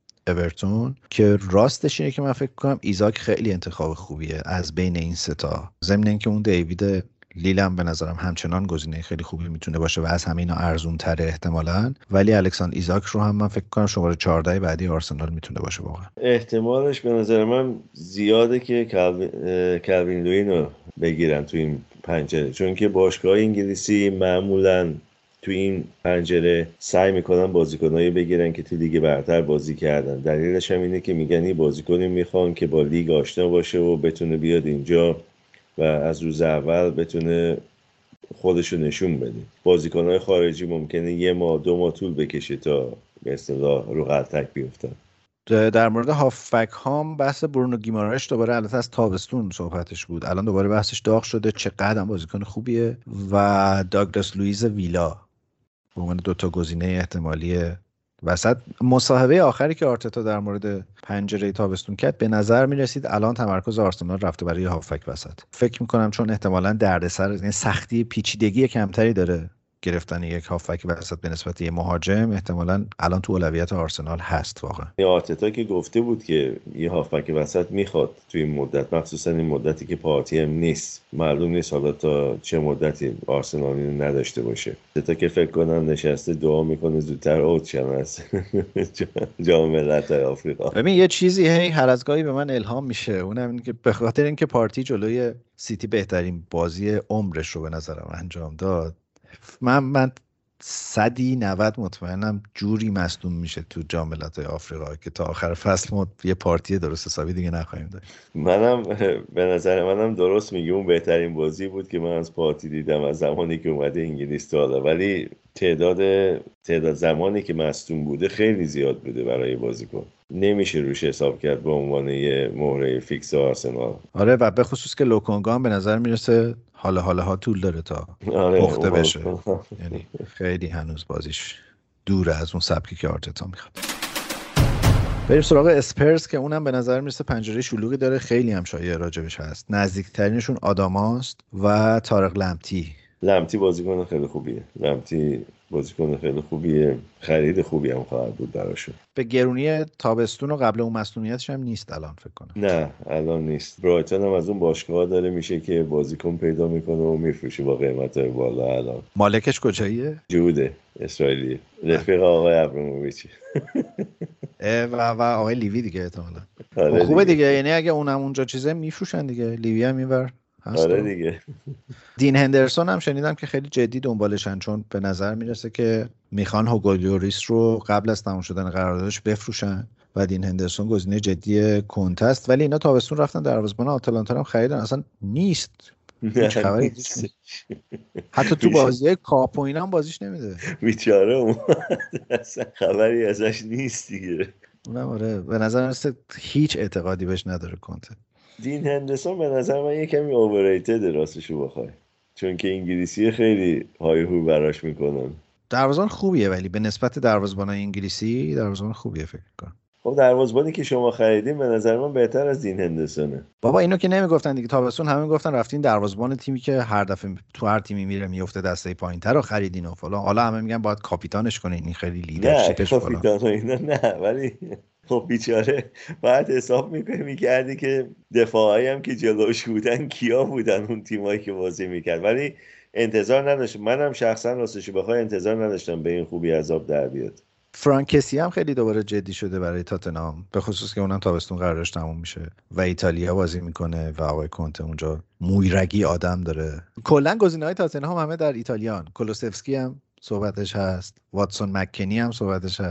[SPEAKER 1] اورتون، که راستش اینه که من فکر کنم ایزاک خیلی انتخاب خوبیه از بین این سه تا. ضمن اینکه اون دیوید لیلم به نظرم همچنان گزینه خیلی خوبی میتونه باشه و از همه اینا ارزون تره احتمالاً، ولی الکساندر ایزاک رو هم من فکر کنم شماره چهارده بعدی آرسنال میتونه باشه واقعا.
[SPEAKER 2] احتمالش به نظر من زیاده که کالوین لوین رو بگیرن تو این پنجره، چون که باشگاه انگلیسی معمولاً تو این پنجره سعی میکنن بازیکنایی بگیرن که تو لیگ برتر بازی کردن. دلیلش هم اینه که میگن این بازیکنی میخوان که با لیگ آشنا باشه و بتونه بیاد اینجا و از روز اول بتونه خودشو نشون بده. بازیکنای خارجی ممکنه یه ماه دو ماه طول بکشه تا به اصطلاح رو غلطک بیفتن.
[SPEAKER 1] در مورد هافبک هام بحث برونو گیمارش دوباره البته از تابستون صحبتش بود، الان دوباره بحثش داغ شده، چقدر هم بازیکن خوبیه. و داگلاس لوئیز ویلا به عنوان دو تا گزینه احتمالی وسط. مصاحبه آخری که آرتتا در مورد پنجره تابستون کرد به نظر می رسید الان تمرکز آرسنال رفته برای هافک وسط. فکر می کنم چون احتمالاً دردسر، یعنی سختی پیچیدگی کمتری داره گرفتن یک هافک وسط به نسبت یک مهاجم، احتمالاً الان تو اولویت آرسنال هست واقعا.
[SPEAKER 2] یا آرتتا که گفته بود که یه هافک وسط میخواد توی این مدت، مخصوصا این مدتی که پارتی هم نیست، معلوم نیست حالا تا چه مدتی آرسنال اینو نداشته باشه. آرتتا که فکر کنم نشسته دعا میکنه زودتر اوت شه از جام ملت‌های آفریقا.
[SPEAKER 1] ببین یه چیزی هی هر از گاهی به من الهام میشه، اونم اینه که به خاطر اینکه پارتی جلوی سیتی بهترین بازی عمرش رو به نظرم انجام داد، من من صدی نود مطمئنم جوری مصدوم میشه تو جام ملت‌های آفریقا که تا آخر فصل ما یه پارتی درست حسابی دیگه نخواهیم داشت.
[SPEAKER 2] منم به نظر منم درست میگم اون بهترین بازی بود که من از پارتی دیدم از زمانی که اومده انگلیس تا حالا، ولی تعداد تعداد زمانی که مصدوم بوده خیلی زیاد بوده برای بازیکن، نمیشه روش حساب کرد به عنوان یه مهره فیکس آرسنال.
[SPEAKER 1] آره و به خصوص که لوکونگا به نظر میرسه حالا حالا ها طول داره تا
[SPEAKER 2] آره
[SPEAKER 1] پخته بشه، یعنی خیلی هنوز بازیش دوره از اون سبکی که آرتتا میخواد. بریم سراغ اسپرز که اونم به نظر میرسه پنجره شلوغی داره، خیلی هم شایعه راجبش هست. نزدیکترینشون آداماست و طارق لمتی.
[SPEAKER 2] لمتی بازیکن خیلی خوبیه، لمتی بازیکن خیلی خوبیه، خرید خوبی هم خواهد بود براشون.
[SPEAKER 1] به گرونی تابستون و قبل اون مصونیتش هم نیست الان فکر کنم.
[SPEAKER 2] نه الان نیست. برایتون هم از اون باشگاه داره میشه که بازیکن پیدا میکنه و میفروشه با قیمت‌های بالا. الان
[SPEAKER 1] مالکش کجاییه؟
[SPEAKER 2] جوده، اسرائیلی، رفیق آقای ابراهیموویچ
[SPEAKER 1] و و آقای لیوی دیگه احتمالاً. خوبه دیگه، یعنی اگه اونم اونجا چیزه میفروشن دیگه، لیوی هم اینور هست.
[SPEAKER 2] آره دیگه.
[SPEAKER 1] دین هندرسون هم شنیدم که خیلی جدی دنبالشن، چون به نظر میرسه که میخوان هوگو لوریس رو قبل از تموم شدن قراردادش بفروشن و دین هندرسون گزینه جدی کنته است. ولی اینا تابستون رفتن دروازه‌بان آتالانتا هم خریدن، اصلا نیست هیچ خبری نیست. حتی تو بازی کاپ و اینا هم بازیش نمیده
[SPEAKER 2] بیچاره اون، اصلا خبری ازش نیست دیگه.
[SPEAKER 1] اونم آره به نظر میرسه هیچ اعتقادی بهش نداره کنته.
[SPEAKER 2] دین هندرسون به نظر من یه کمی اوورریتد راستشو بخوای، چون که انگلیسی خیلی های هو براش میکنن.
[SPEAKER 1] دروازه‌بان خوبیه ولی به نسبت دروازه‌بانای انگلیسی دروازه‌بان خوبیه فکر کنم.
[SPEAKER 2] خب دروازه‌بانی که شما خریدین به نظر من بهتر از دین هندرسونه.
[SPEAKER 1] بابا اینو که نمیگفتن دیگه، تابستون همه میگفتن رفتین دروازه‌بان تیمی که هر دفعه تو هر تیمی میره میفته دسته پایین‌تر رو خریدین و فلان، حالا همه میگن باید کاپیتانش کنین، این خیلی لیدرشیپش فلان. نه
[SPEAKER 2] کاپیتان و اینا نه، ولی خب بیچاره باید حساب میکنی میکردی که دفاعی هم که جلوش بودن کیا بودن اون تیمایی که بازی میکرد، ولی انتظار نداشتم. منم شخصا راستش بخوای انتظار نداشتم به این خوبی عذاب در بیاد.
[SPEAKER 1] فرانکسی هم خیلی دوباره جدی شده برای تاتنهام، به خصوص که اونم تابستون قراردادش تموم میشه و ایتالیا بازی میکنه و آقای کنته اونجا مویرگی آدم داره. کلا گزینه‌های تاتنهام همه در ایتالیان. کولوسفسکی هم صحبتش هست، واتسون مکنی هم صحبتش هست.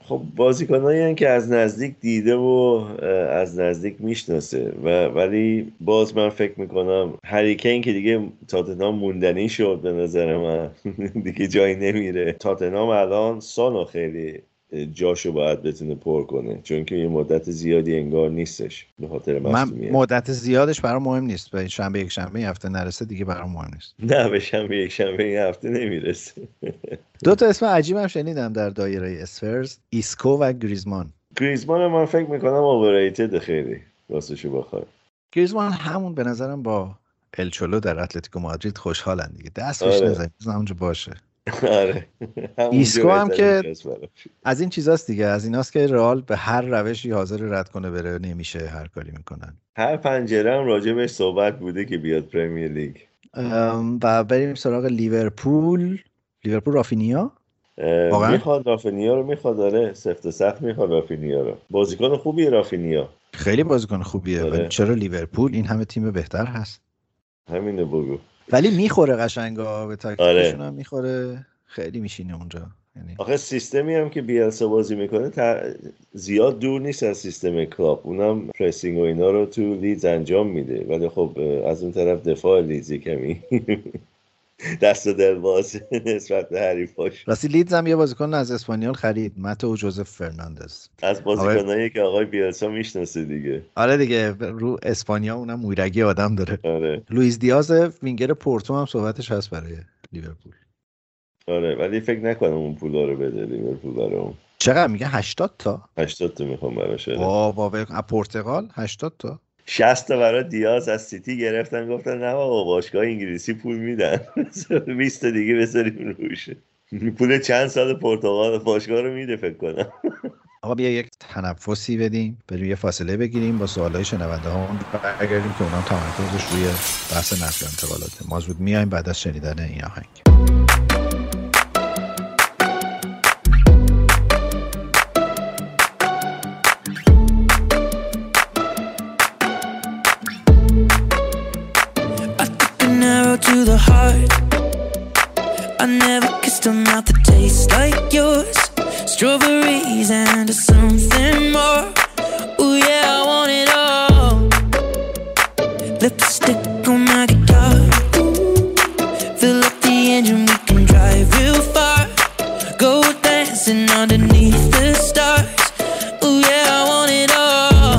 [SPEAKER 2] خب بازیکنایی که از نزدیک دیده و از نزدیک میشناسه و ولی باز من فکر میکنم هری کین که دیگه تاتنهام موندنی شد به نظر من دیگه جایی نمیره. تاتنهام الان سانو خیلی جاشو باید بتونه پر کنه چون که یه مدت زیادی انگار نیستش به خاطر مصونیت.
[SPEAKER 1] من مدت زیادش برام مهم نیست، به شنبه یک شنبه این هفته نرسه دیگه برام مهم نیست.
[SPEAKER 2] نه به شنبه یک شنبه این هفته نمیرسه.
[SPEAKER 1] دو تا اسم عجیبم شنیدم در دایره اسپرز، ایسکو و گریزمان.
[SPEAKER 2] گریزمان من فکر میکنم اوورریتد خیلی راستشو بخوای.
[SPEAKER 1] گریزمان همون به نظرم با الچولو در اتلتیکو مادرید خوشحالن دیگه، دست بهش نزنید اونجا باشه.
[SPEAKER 2] آره
[SPEAKER 1] ایسکو هم که از این چیزاست دیگه، از ایناست که رئال به هر روشی حاضر رد کنه بره، نمیشه، هر کاری میکنن.
[SPEAKER 2] هر پنجره هم راجبش صحبت بوده که بیاد پرمیر لیگ.
[SPEAKER 1] و بریم سراغ لیورپول. لیورپول رافینیا
[SPEAKER 2] واقعا میخواد، رافینیا رو میخواد، داره سفت و سخت میخواد رافینیا رو. بازیکن خوبیه رافینیا،
[SPEAKER 1] خیلی بازیکن خوبیه، ولی چرا لیورپول این همه تیم بهتر هست؟
[SPEAKER 2] همینو بگو.
[SPEAKER 1] ولی میخوره قشنگا به تاکتیکشون هم میخوره، خیلی میشینه اونجا. یعنی
[SPEAKER 2] آخه سیستمی هم که بیلسا بازی میکنه تا... زیاد دور نیست از سیستم کلوب، اونم پرسینگ و اینا رو تو لیدز انجام میده، ولی خب از اون طرف دفاع لیدز کمی دست و دل باز نسبت به حریفاش.
[SPEAKER 1] راستی لیدز هم یه بازیکن از اسپانیول خرید، ماتئو جوزف فرناندز،
[SPEAKER 2] از بازیکنایی که آقای بیلسا میشناسه دیگه.
[SPEAKER 1] آره دیگه، رو اسپانیا اونم مویرگی آدم داره.
[SPEAKER 2] آره.
[SPEAKER 1] لوئیس دیاز وینگر پورتو هم صحبتش هست برای لیورپول.
[SPEAKER 2] آره ولی فکر نکنم اون پولا رو بده لیورپول برام.
[SPEAKER 1] چقدر میگه؟ هشتاد تا؟
[SPEAKER 2] هشتاد تا میخوام براش.
[SPEAKER 1] بابا از پرتغال هشتاد تا؟
[SPEAKER 2] شصت تا برای دیاز از سیتی گرفتن، گفتن نه بابا باشگاه انگلیسی پول میدن بیست تا دیگه بذاریم روش. پول چند سال پرتغال باشگاه رو میده فکر کنم.
[SPEAKER 1] آقا بیا یک تنفسی بدیم، بریم یه فاصله بگیریم، با سوالای شنونده هامون برگردیم که اونام تمرکزش روی بحث نقل و انتقالاته. ما زود میایم بعد از شنیدن این آهنگ.
[SPEAKER 6] To the heart, I never kissed a mouth that tastes like yours. Strawberries and something more. Ooh yeah, I want it all. Lipstick on my guitar. Fill up the engine, we can drive real far. Go dancing underneath the stars. Ooh yeah, I want it all.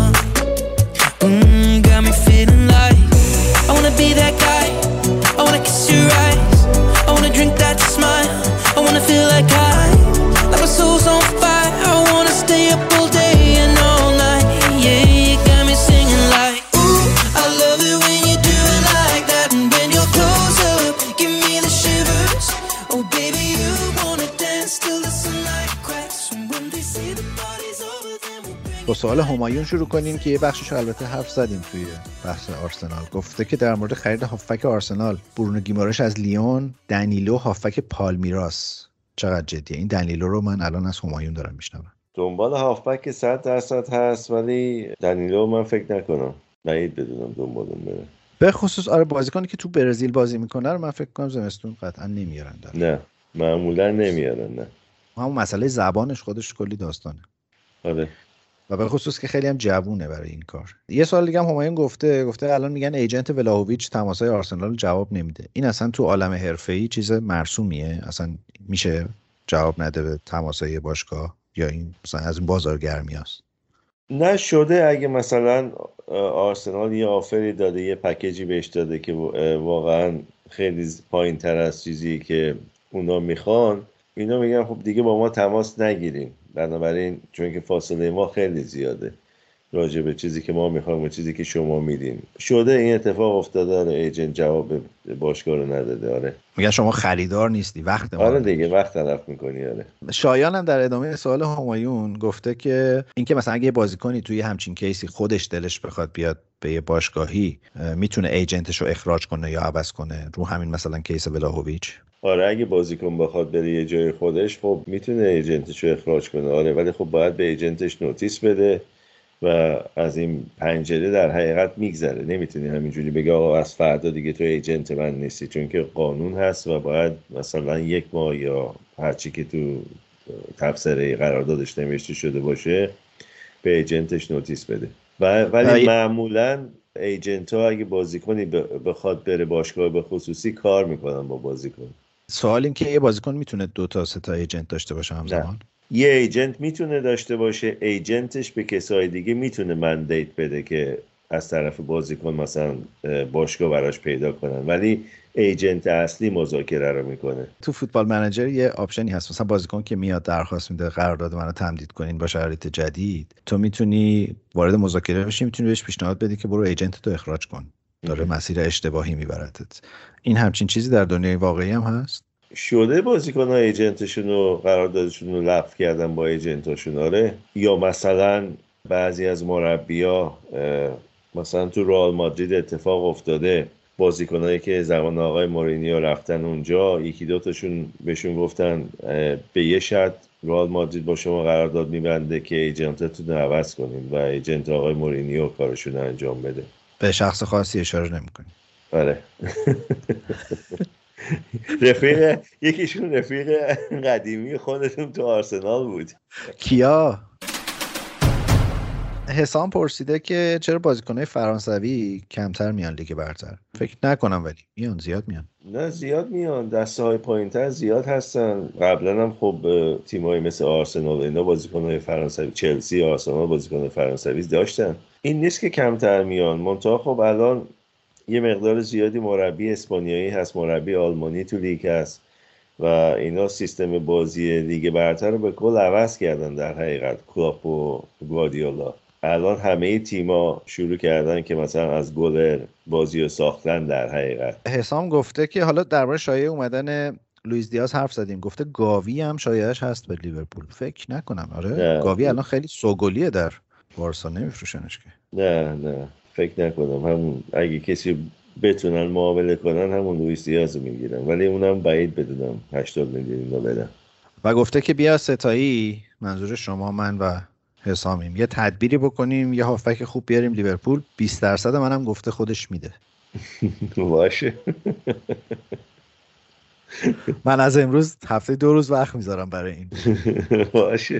[SPEAKER 6] Mm, got me feeling like I wanna be that guy. I wanna kiss your eyes, I wanna drink that smile, I wanna feel like I, like my soul's on fire, I wanna stay up all day and all night, yeah, you got me singing like, ooh, I love it when you do it like that, and when you're close up, give me the shivers, oh baby you wanna dance till the sunlight cracks, and when they say the party's over then we'll bring.
[SPEAKER 1] با سوال همایون شروع کنیم که یه بخشش البته حرف زدیم توی بحث آرسنال. گفته که در مورد خرید هافبک آرسنال، برونو گیمارش از لیون، دنیلو هافبک پالمیراس چقدر جدیه؟ این دنیلو رو من الان از همایون دارم میشنوم.
[SPEAKER 2] دنبال هافبک صد درصد هست ولی دنیلو من فکر نکنم، بعید بدونم دنبالم بره.
[SPEAKER 1] به خصوص آره بازیکنی که تو برزیل بازی میکنه رو من فکر کنم زمستون قطعا نمیارن داره.
[SPEAKER 2] نه معمولا نمیارن. نه
[SPEAKER 1] همون مسئله زبانش خودش کلی داستانه.
[SPEAKER 2] آره
[SPEAKER 1] و به خصوص که خیلی هم جوونه برای این کار. یه سوال دیگه هم همایون گفته گفته الان میگن ایجنت ولاهویچ تماسای آرسنال رو جواب نمیده. این اصلا تو عالم حرفه‌ای چیز مرسومیه؟ اصلا میشه جواب نده به تماسای باشگاه یا این مثلا از این بازارگرمیاست؟
[SPEAKER 2] نه شده. اگه مثلا آرسنال یه آفری داده، یه پکیجی بهش داده که واقعا خیلی پایین تر از چیزی که اونا میخوان، اینا میگن خب دیگه با ما تماس نگیریم، بنابراین چون که فاصله ما خیلی زیاده راجع به چیزی که ما میخوایم و چیزی که شما میدین. شده این اتفاق افتاده. آره ایجنت جواب باشگاه رو نداده. آره
[SPEAKER 1] میگن شما خریدار نیستی، وقت ما.
[SPEAKER 2] آره دیگه وقت تلف میکنی. آره
[SPEAKER 1] شایان هم در ادامه سوال همایون گفته که اینکه مثلا اگه بازیکنی توی همچین کیسی خودش دلش بخواد بیاد به یه باشگاهی، میتونه ایجنتش رو اخراج کنه یا عوض کنه رو همین مثلا کیس ولاهویچ.
[SPEAKER 2] آره اگه بازیکن بخواد بره یه جای خودش خب میتونه ایجنتش رو اخراج کنه. آره ولی خب باید به ایجنتش نوتیس بده و از این پنجره در حقیقت میگذره. نمیتونی همینجوری بگه آقا از فردا دیگه تو ایجنت من نیستی، چون که قانون هست و باید مثلا یک ماه یا هرچی که تو تفسیری قراردادش نوشته شده باشه به ایجنتش نوتیس بده. و ولی معمولا ایجنت ها اگه بازیکنی بخواد بره باشگاه به خصوصی کار میکنن با بازیکن.
[SPEAKER 1] سوال این که یه بازیکن میتونه دو تا سه تا ایجنت داشته باشه همزمان؟
[SPEAKER 2] یه ایجنت میتونه داشته باشه، ایجنتش به کسای دیگه میتونه مندیت بده که از طرف بازیکن مثلا باشگاه براش پیدا کنن، ولی ایجنت اصلی مذاکره رو میکنه.
[SPEAKER 1] تو فوتبال منیجر یه آپشنی هست، مثلا بازیکن که میاد درخواست میده قرارداد منو تمدید کنین با شرایط جدید، تو میتونی وارد مذاکره بشی، میتونی بهش پیشنهاد بدی که برو ایجنت تو اخراج کن، داره مسیر اشتباهی میبرتت. این همچین چیزی در دنیای واقعی هم هست؟
[SPEAKER 2] شده بازیکن‌ها ایجنتشون رو قراردادشون رو لغو کردن با ایجنتاشون. آره. یا مثلا بعضی از مربی‌ها مثلا تو رئال مادرید اتفاق افتاده، بازیکنایی که زمان آقای مورینیو رفتن اونجا، یکی دو تاشون بهشون گفتن به یه شرط رئال مادرید با شما قرارداد می‌بنده که ایجنتتون رو عوض کنین و ایجنت آقای مورینیو کارشون رو انجام بده.
[SPEAKER 1] به شخص خاصی اشاره نمی‌کنی؟
[SPEAKER 2] آره. رفیق یکیشون رفیق قدیمی خودتون تو آرسنال بود.
[SPEAKER 1] کیا؟ حسام پرسیده که چرا بازیکن‌های فرانسوی کمتر میان لیگ برتر؟ فکر نکنم، ولی میان، زیاد میان.
[SPEAKER 2] نه زیاد میان، دسته‌های پایین‌تر زیاد هستن. قبلا هم خب تیم‌های مثل آرسنال اینا بازیکن‌های فرانسوی، چلسی، آرسنال بازیکن‌های فرانسوی داشتن. این نیست که کمتر میان، منتها خب الان یه مقدار زیادی مربی اسپانیایی هست، مربی آلمانی تو لیگ هست و اینا سیستم بازی لیگ برتر رو به کل عوض کردن. در حقیقت کلوپ و گواردیولا الان همه تیما شروع کردن که مثلا از گل بازی رو ساختن. در حقیقت
[SPEAKER 1] حسام گفته که حالا درباره شایعه اومدن لوئیس دیاز حرف زدیم، گفته گاوی هم شایعش هست به لیورپول. فکر نکنم. آره نه. گاوی الان خیلی سوگلیه در بارسا، نمیفروشنش که.
[SPEAKER 2] نه نه فکر نکنم. همون اگه کسی بتونن معامله کنن همون لوئیس دیاز رو میگیرن، ولی اونم بعید بدونم هشتاد میلیون رو بدن.
[SPEAKER 1] و گفته که بیا ستایی، منظور شما من و حسامیم، یه تدبیری بکنیم، یه هافبک خوب بیاریم لیورپول. بیست درصد منم گفته خودش میده.
[SPEAKER 2] باشه.
[SPEAKER 1] من از امروز هفته دو روز وقت میذارم برای این.
[SPEAKER 2] باشه.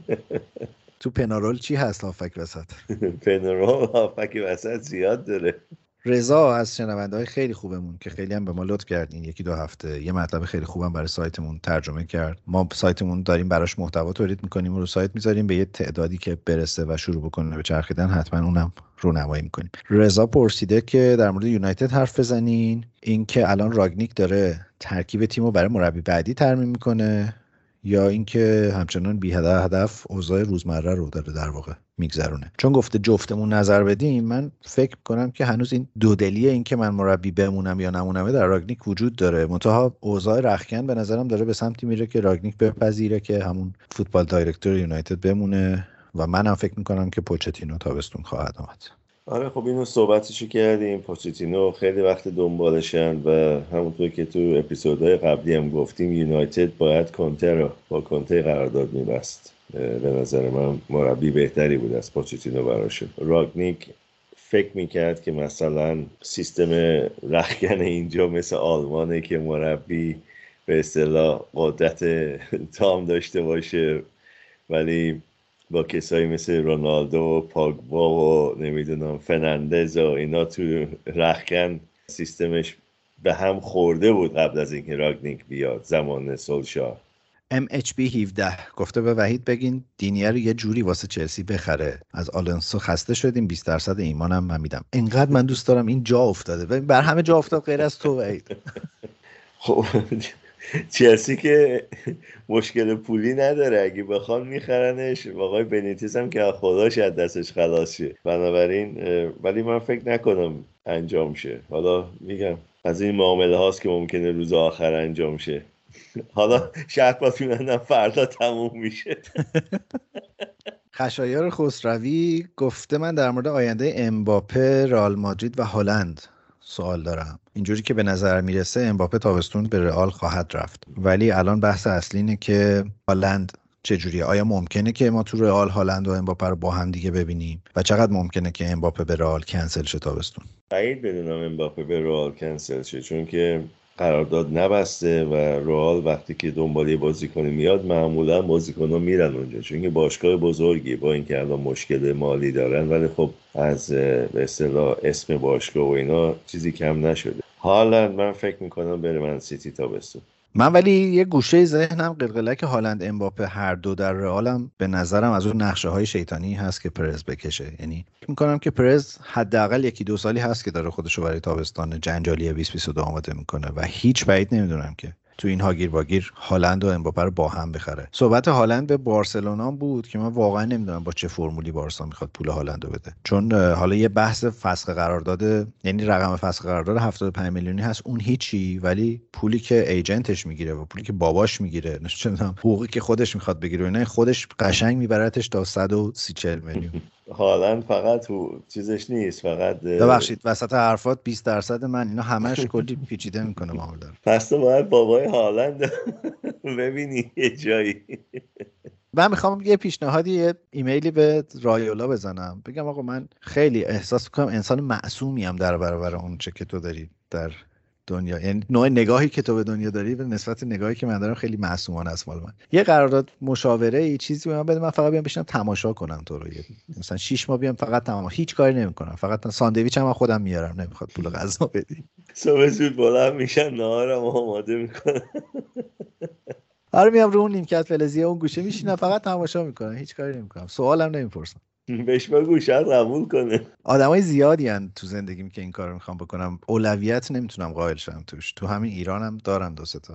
[SPEAKER 1] تو پنارول چی هست هافبک وسط؟
[SPEAKER 2] پنارول هافبک وسط زیاد داره.
[SPEAKER 1] رضا از شنونده‌های خیلی خوبمون که خیلی هم به ما لطف کرد این یکی دو هفته یه مطلب خیلی خوبم برای سایتمون ترجمه کرد. ما سایتمون داریم براش محتوا تولید می‌کنیم و رو سایت می‌ذاریم، به یه تعدادی که برسه و شروع بکنه به چرخیدن حتما اونم رونمایی می‌کنیم. رضا پرسیده که در مورد یونایتد حرف بزنین، این که الان راگنیک داره ترکیب تیمو برای مربی بعدی ترمیم می‌کنه یا اینکه همچنان بی هدف هدف اوضاع روزمره رو داره در واقع میگذرونه. چون گفته جفتمون نظر بدیم، من فکر کنم که هنوز این دودلیه، این که من مربی بمونم یا نمونم در راگنیک وجود داره. منتها اوضاع رختکن به نظرم داره به سمتی میره که راگنیک بپذیره که همون فوتبال دایرکتور یونایتد بمونه و منم فکر میکنم که پوچتینو تابستون خواهد آمد.
[SPEAKER 2] آره خب اینو صحبتشو کردیم. پوچتینو خیلی وقت دنبالشن و همونطور که تو اپیزودهای قبلی هم گفتیم یونایتد باید کنته رو با کنته قرارداد می‌بست. به نظر من مربی بهتری بود از پوچتینو براش. راگنیک فکر میکرد که مثلا سیستم رختکن اینجا مثل آلمانه که مربی به اصطلاح قدرت تام داشته باشه، ولی با کسایی مثل رونالدو و پاگبا و نمیدونم فرناندز و اینا تو رختکن سیستمش به هم خورده بود قبل از اینکه راگنیک بیاد زمان سولشار.
[SPEAKER 1] ام اچ بی هفده گفته به وحید بگین دینیه رو یه جوری واسه چلسی بخره، از آلونسو خسته شدیم، بیست درصد ایمانم من میدم. اینقدر من دوست دارم این جا افتاده، بر همه جا افتاد غیر از تو وحید.
[SPEAKER 2] خب چلسی که مشکل پولی نداره، اگه بخوان میخرنش. آقای بنیتیز هم که خداش از دستش خلاص شه، بنابراین ولی من فکر نکنم انجام شه. حالا میگم از این معامله هاست که ممکنه روز آخر انجام شه. حالا شرط باتونن فردا تموم میشه.
[SPEAKER 1] خشایار خسروی گفته من در مورد آینده امباپه، رئال مادرید و هلند سوال دارم. اینجوری که به نظر میرسه امباپه تابستون به رئال خواهد رفت، ولی الان بحث اصلی اینه که هلند چجوریه. آیا ممکنه که ما تو رئال هلند و امباپه رو با هم دیگه ببینیم و چقدر ممکنه که امباپه به رئال کنسل شه تابستون؟
[SPEAKER 2] بعید بدونم امباپه به رئال کنسل شه، چون که قرارداد نبسته و رئال وقتی که دنبال بازیکن میاد معمولا بازیکن‌ها میرن اونجا، چون که باشگاه بزرگی با اینکه الان مشکل مالی دارن ولی خب از به اصطلاح اسم باشگاه و اینا چیزی کم نشده. هالند من فکر میکنم بره من سیتی تابستون.
[SPEAKER 1] من ولی یه گوشه ذهنم قلقلک هالند امباپه هر دو در رئالم به نظرم از اون نقشه های شیطانی هست که پرز بکشه. یعنی فکر میکنم که پرز حداقل یکی دو سالی هست که داره خودشو برای تابستان جنجالی بیست بیست و دو آماده میکنه و هیچ بعید نمیدونم که تو این هاگیر واگیر هالند و امباپه رو با هم بخره. صحبت هالند به بارسلونا بود که من واقعا نمیدونم با چه فرمولی بارسا میخواد پول هالند رو بده، چون حالا یه بحث فسخ قرارداد، یعنی رقم فسخ قرارداد هفتاد و پنج میلیونی هست، اون هیچی، ولی پولی که ایجنتش میگیره و پولی که باباش میگیره، نمیدونم حقوقی که خودش میخواد بگیره، اینا خودش قشنگ میبرتش تا صد و سی چهل میلیون.
[SPEAKER 2] هالند فقط تو چیزش نیست، فقط
[SPEAKER 1] ببخشید وسط حرفات بیست درصد من اینا همش کلی پیچیده میکنه معامله.
[SPEAKER 2] پس تو باید بابای هالند ببینی یه جایی.
[SPEAKER 1] من میخوام یه پیشنهادی، یه ایمیلی به رایولا بزنم، بگم آقا من خیلی احساس میکنم انسان معصومی ام در برابر اون چه که تو داری در دنیا، یعنی نوع نگاهی که تو به دنیا داری به نسبت نگاهی که من دارم خیلی معصومانه است مال من. یه قرارداد مشاوره ای چیزی به من بده، من فقط بیام بشینم تماشا کنم تو رو، مثلا شش ماه بیام فقط تماشا، هیچ کاری نمیکنم، فقط ساندویچ هم خودم میارم، نمیخواد پول غذا بدی.
[SPEAKER 2] صبح زود بلند میشن نهارم آماده میکنم.
[SPEAKER 1] آره میام رو اون نیمکت فلزیه اون گوشه میشینم فقط تماشا میکنم، هیچ کاری نمیکنم، سوالم نمیپرسم.
[SPEAKER 2] بهش بگو شاید قبول کنه.
[SPEAKER 1] آدمای زیادی ان تو زندگیم که این کارو میخوام بکنم، اولویت نمیتونم قائل شم توش، تو همین ایرانم دارم دو سه تا.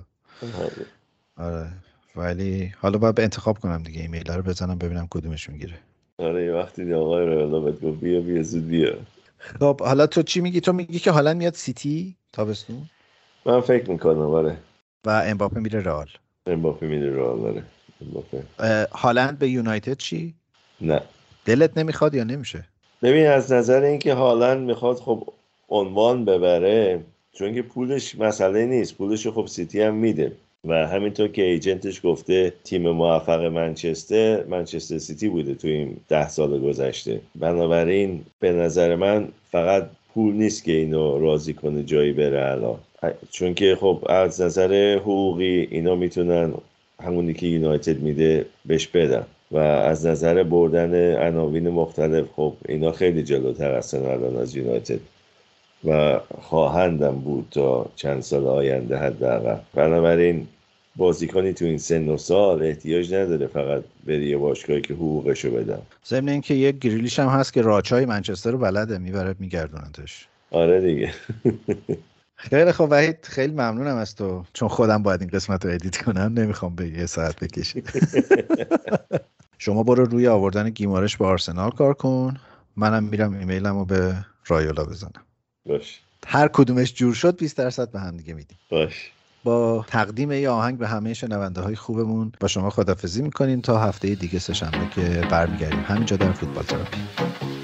[SPEAKER 1] آره ولی حالا باید انتخاب کنم دیگه، ایمیل رو بزنم ببینم کدومش میگیره.
[SPEAKER 2] آره یه وقتی آقای رئال بهت گفت بیا بیا زود بیا.
[SPEAKER 1] خب حالا تو چی میگی؟ تو میگی که هالند میاد سیتی تابستون؟
[SPEAKER 2] من فکر میکنم آره.
[SPEAKER 1] و امباپه میره رئال.
[SPEAKER 2] امباپه میره رئال. آره امباپه.
[SPEAKER 1] هالند به یونایتد چی؟
[SPEAKER 2] نه.
[SPEAKER 1] دلت نمیخواد یا نمیشه؟
[SPEAKER 2] ببین از نظر اینکه هالند میخواد خب عنوان ببره، چون که پولش مسئله نیست، پولش خب سیتی هم میده و همینطور که ایجنتش گفته تیم موفق منچستر منچستر سیتی بوده تو این ده سال گذشته، بنابراین به نظر من فقط پول نیست که اینو راضی کنه جایی بره الان، چون که خب از نظر حقوقی اینا میتونن همونی که یونایتد میده بهش بدن و از نظر بردن عناوین مختلف خب اینا خیلی جلوتر هستن الان از یونایتد و خواهندم بود تا چند سال آینده حداقل. بنابراین بازیکنی تو این سن و سال احتیاج نداره فقط بری یه باشگاهی که حقوقشو بدن.
[SPEAKER 1] ضمن اینکه یه گریلیش هم هست که راچای منچستر رو بلده، میبره میگردونتش.
[SPEAKER 2] آره دیگه.
[SPEAKER 1] خیلی خب وحید، خیلی ممنونم از تو، چون خودم باید این قسمت رو ادیت کنم، نمیخوام به یه ساعت بکشه. شما برو روی آوردن گیمارش به آرسنال کار کن، منم میرم ایمیلم رو به رایولا بزنم.
[SPEAKER 2] باش.
[SPEAKER 1] هر کدومش جور شد بیست درصد به هم دیگه میدیم.
[SPEAKER 2] باش.
[SPEAKER 1] با تقدیم یه آهنگ به همه شنونده های خوبمون با شما خداحافظی میکنیم تا هفته دیگه سه‌شنبه که برمیگردیم همینجا در فوتبال تراپی.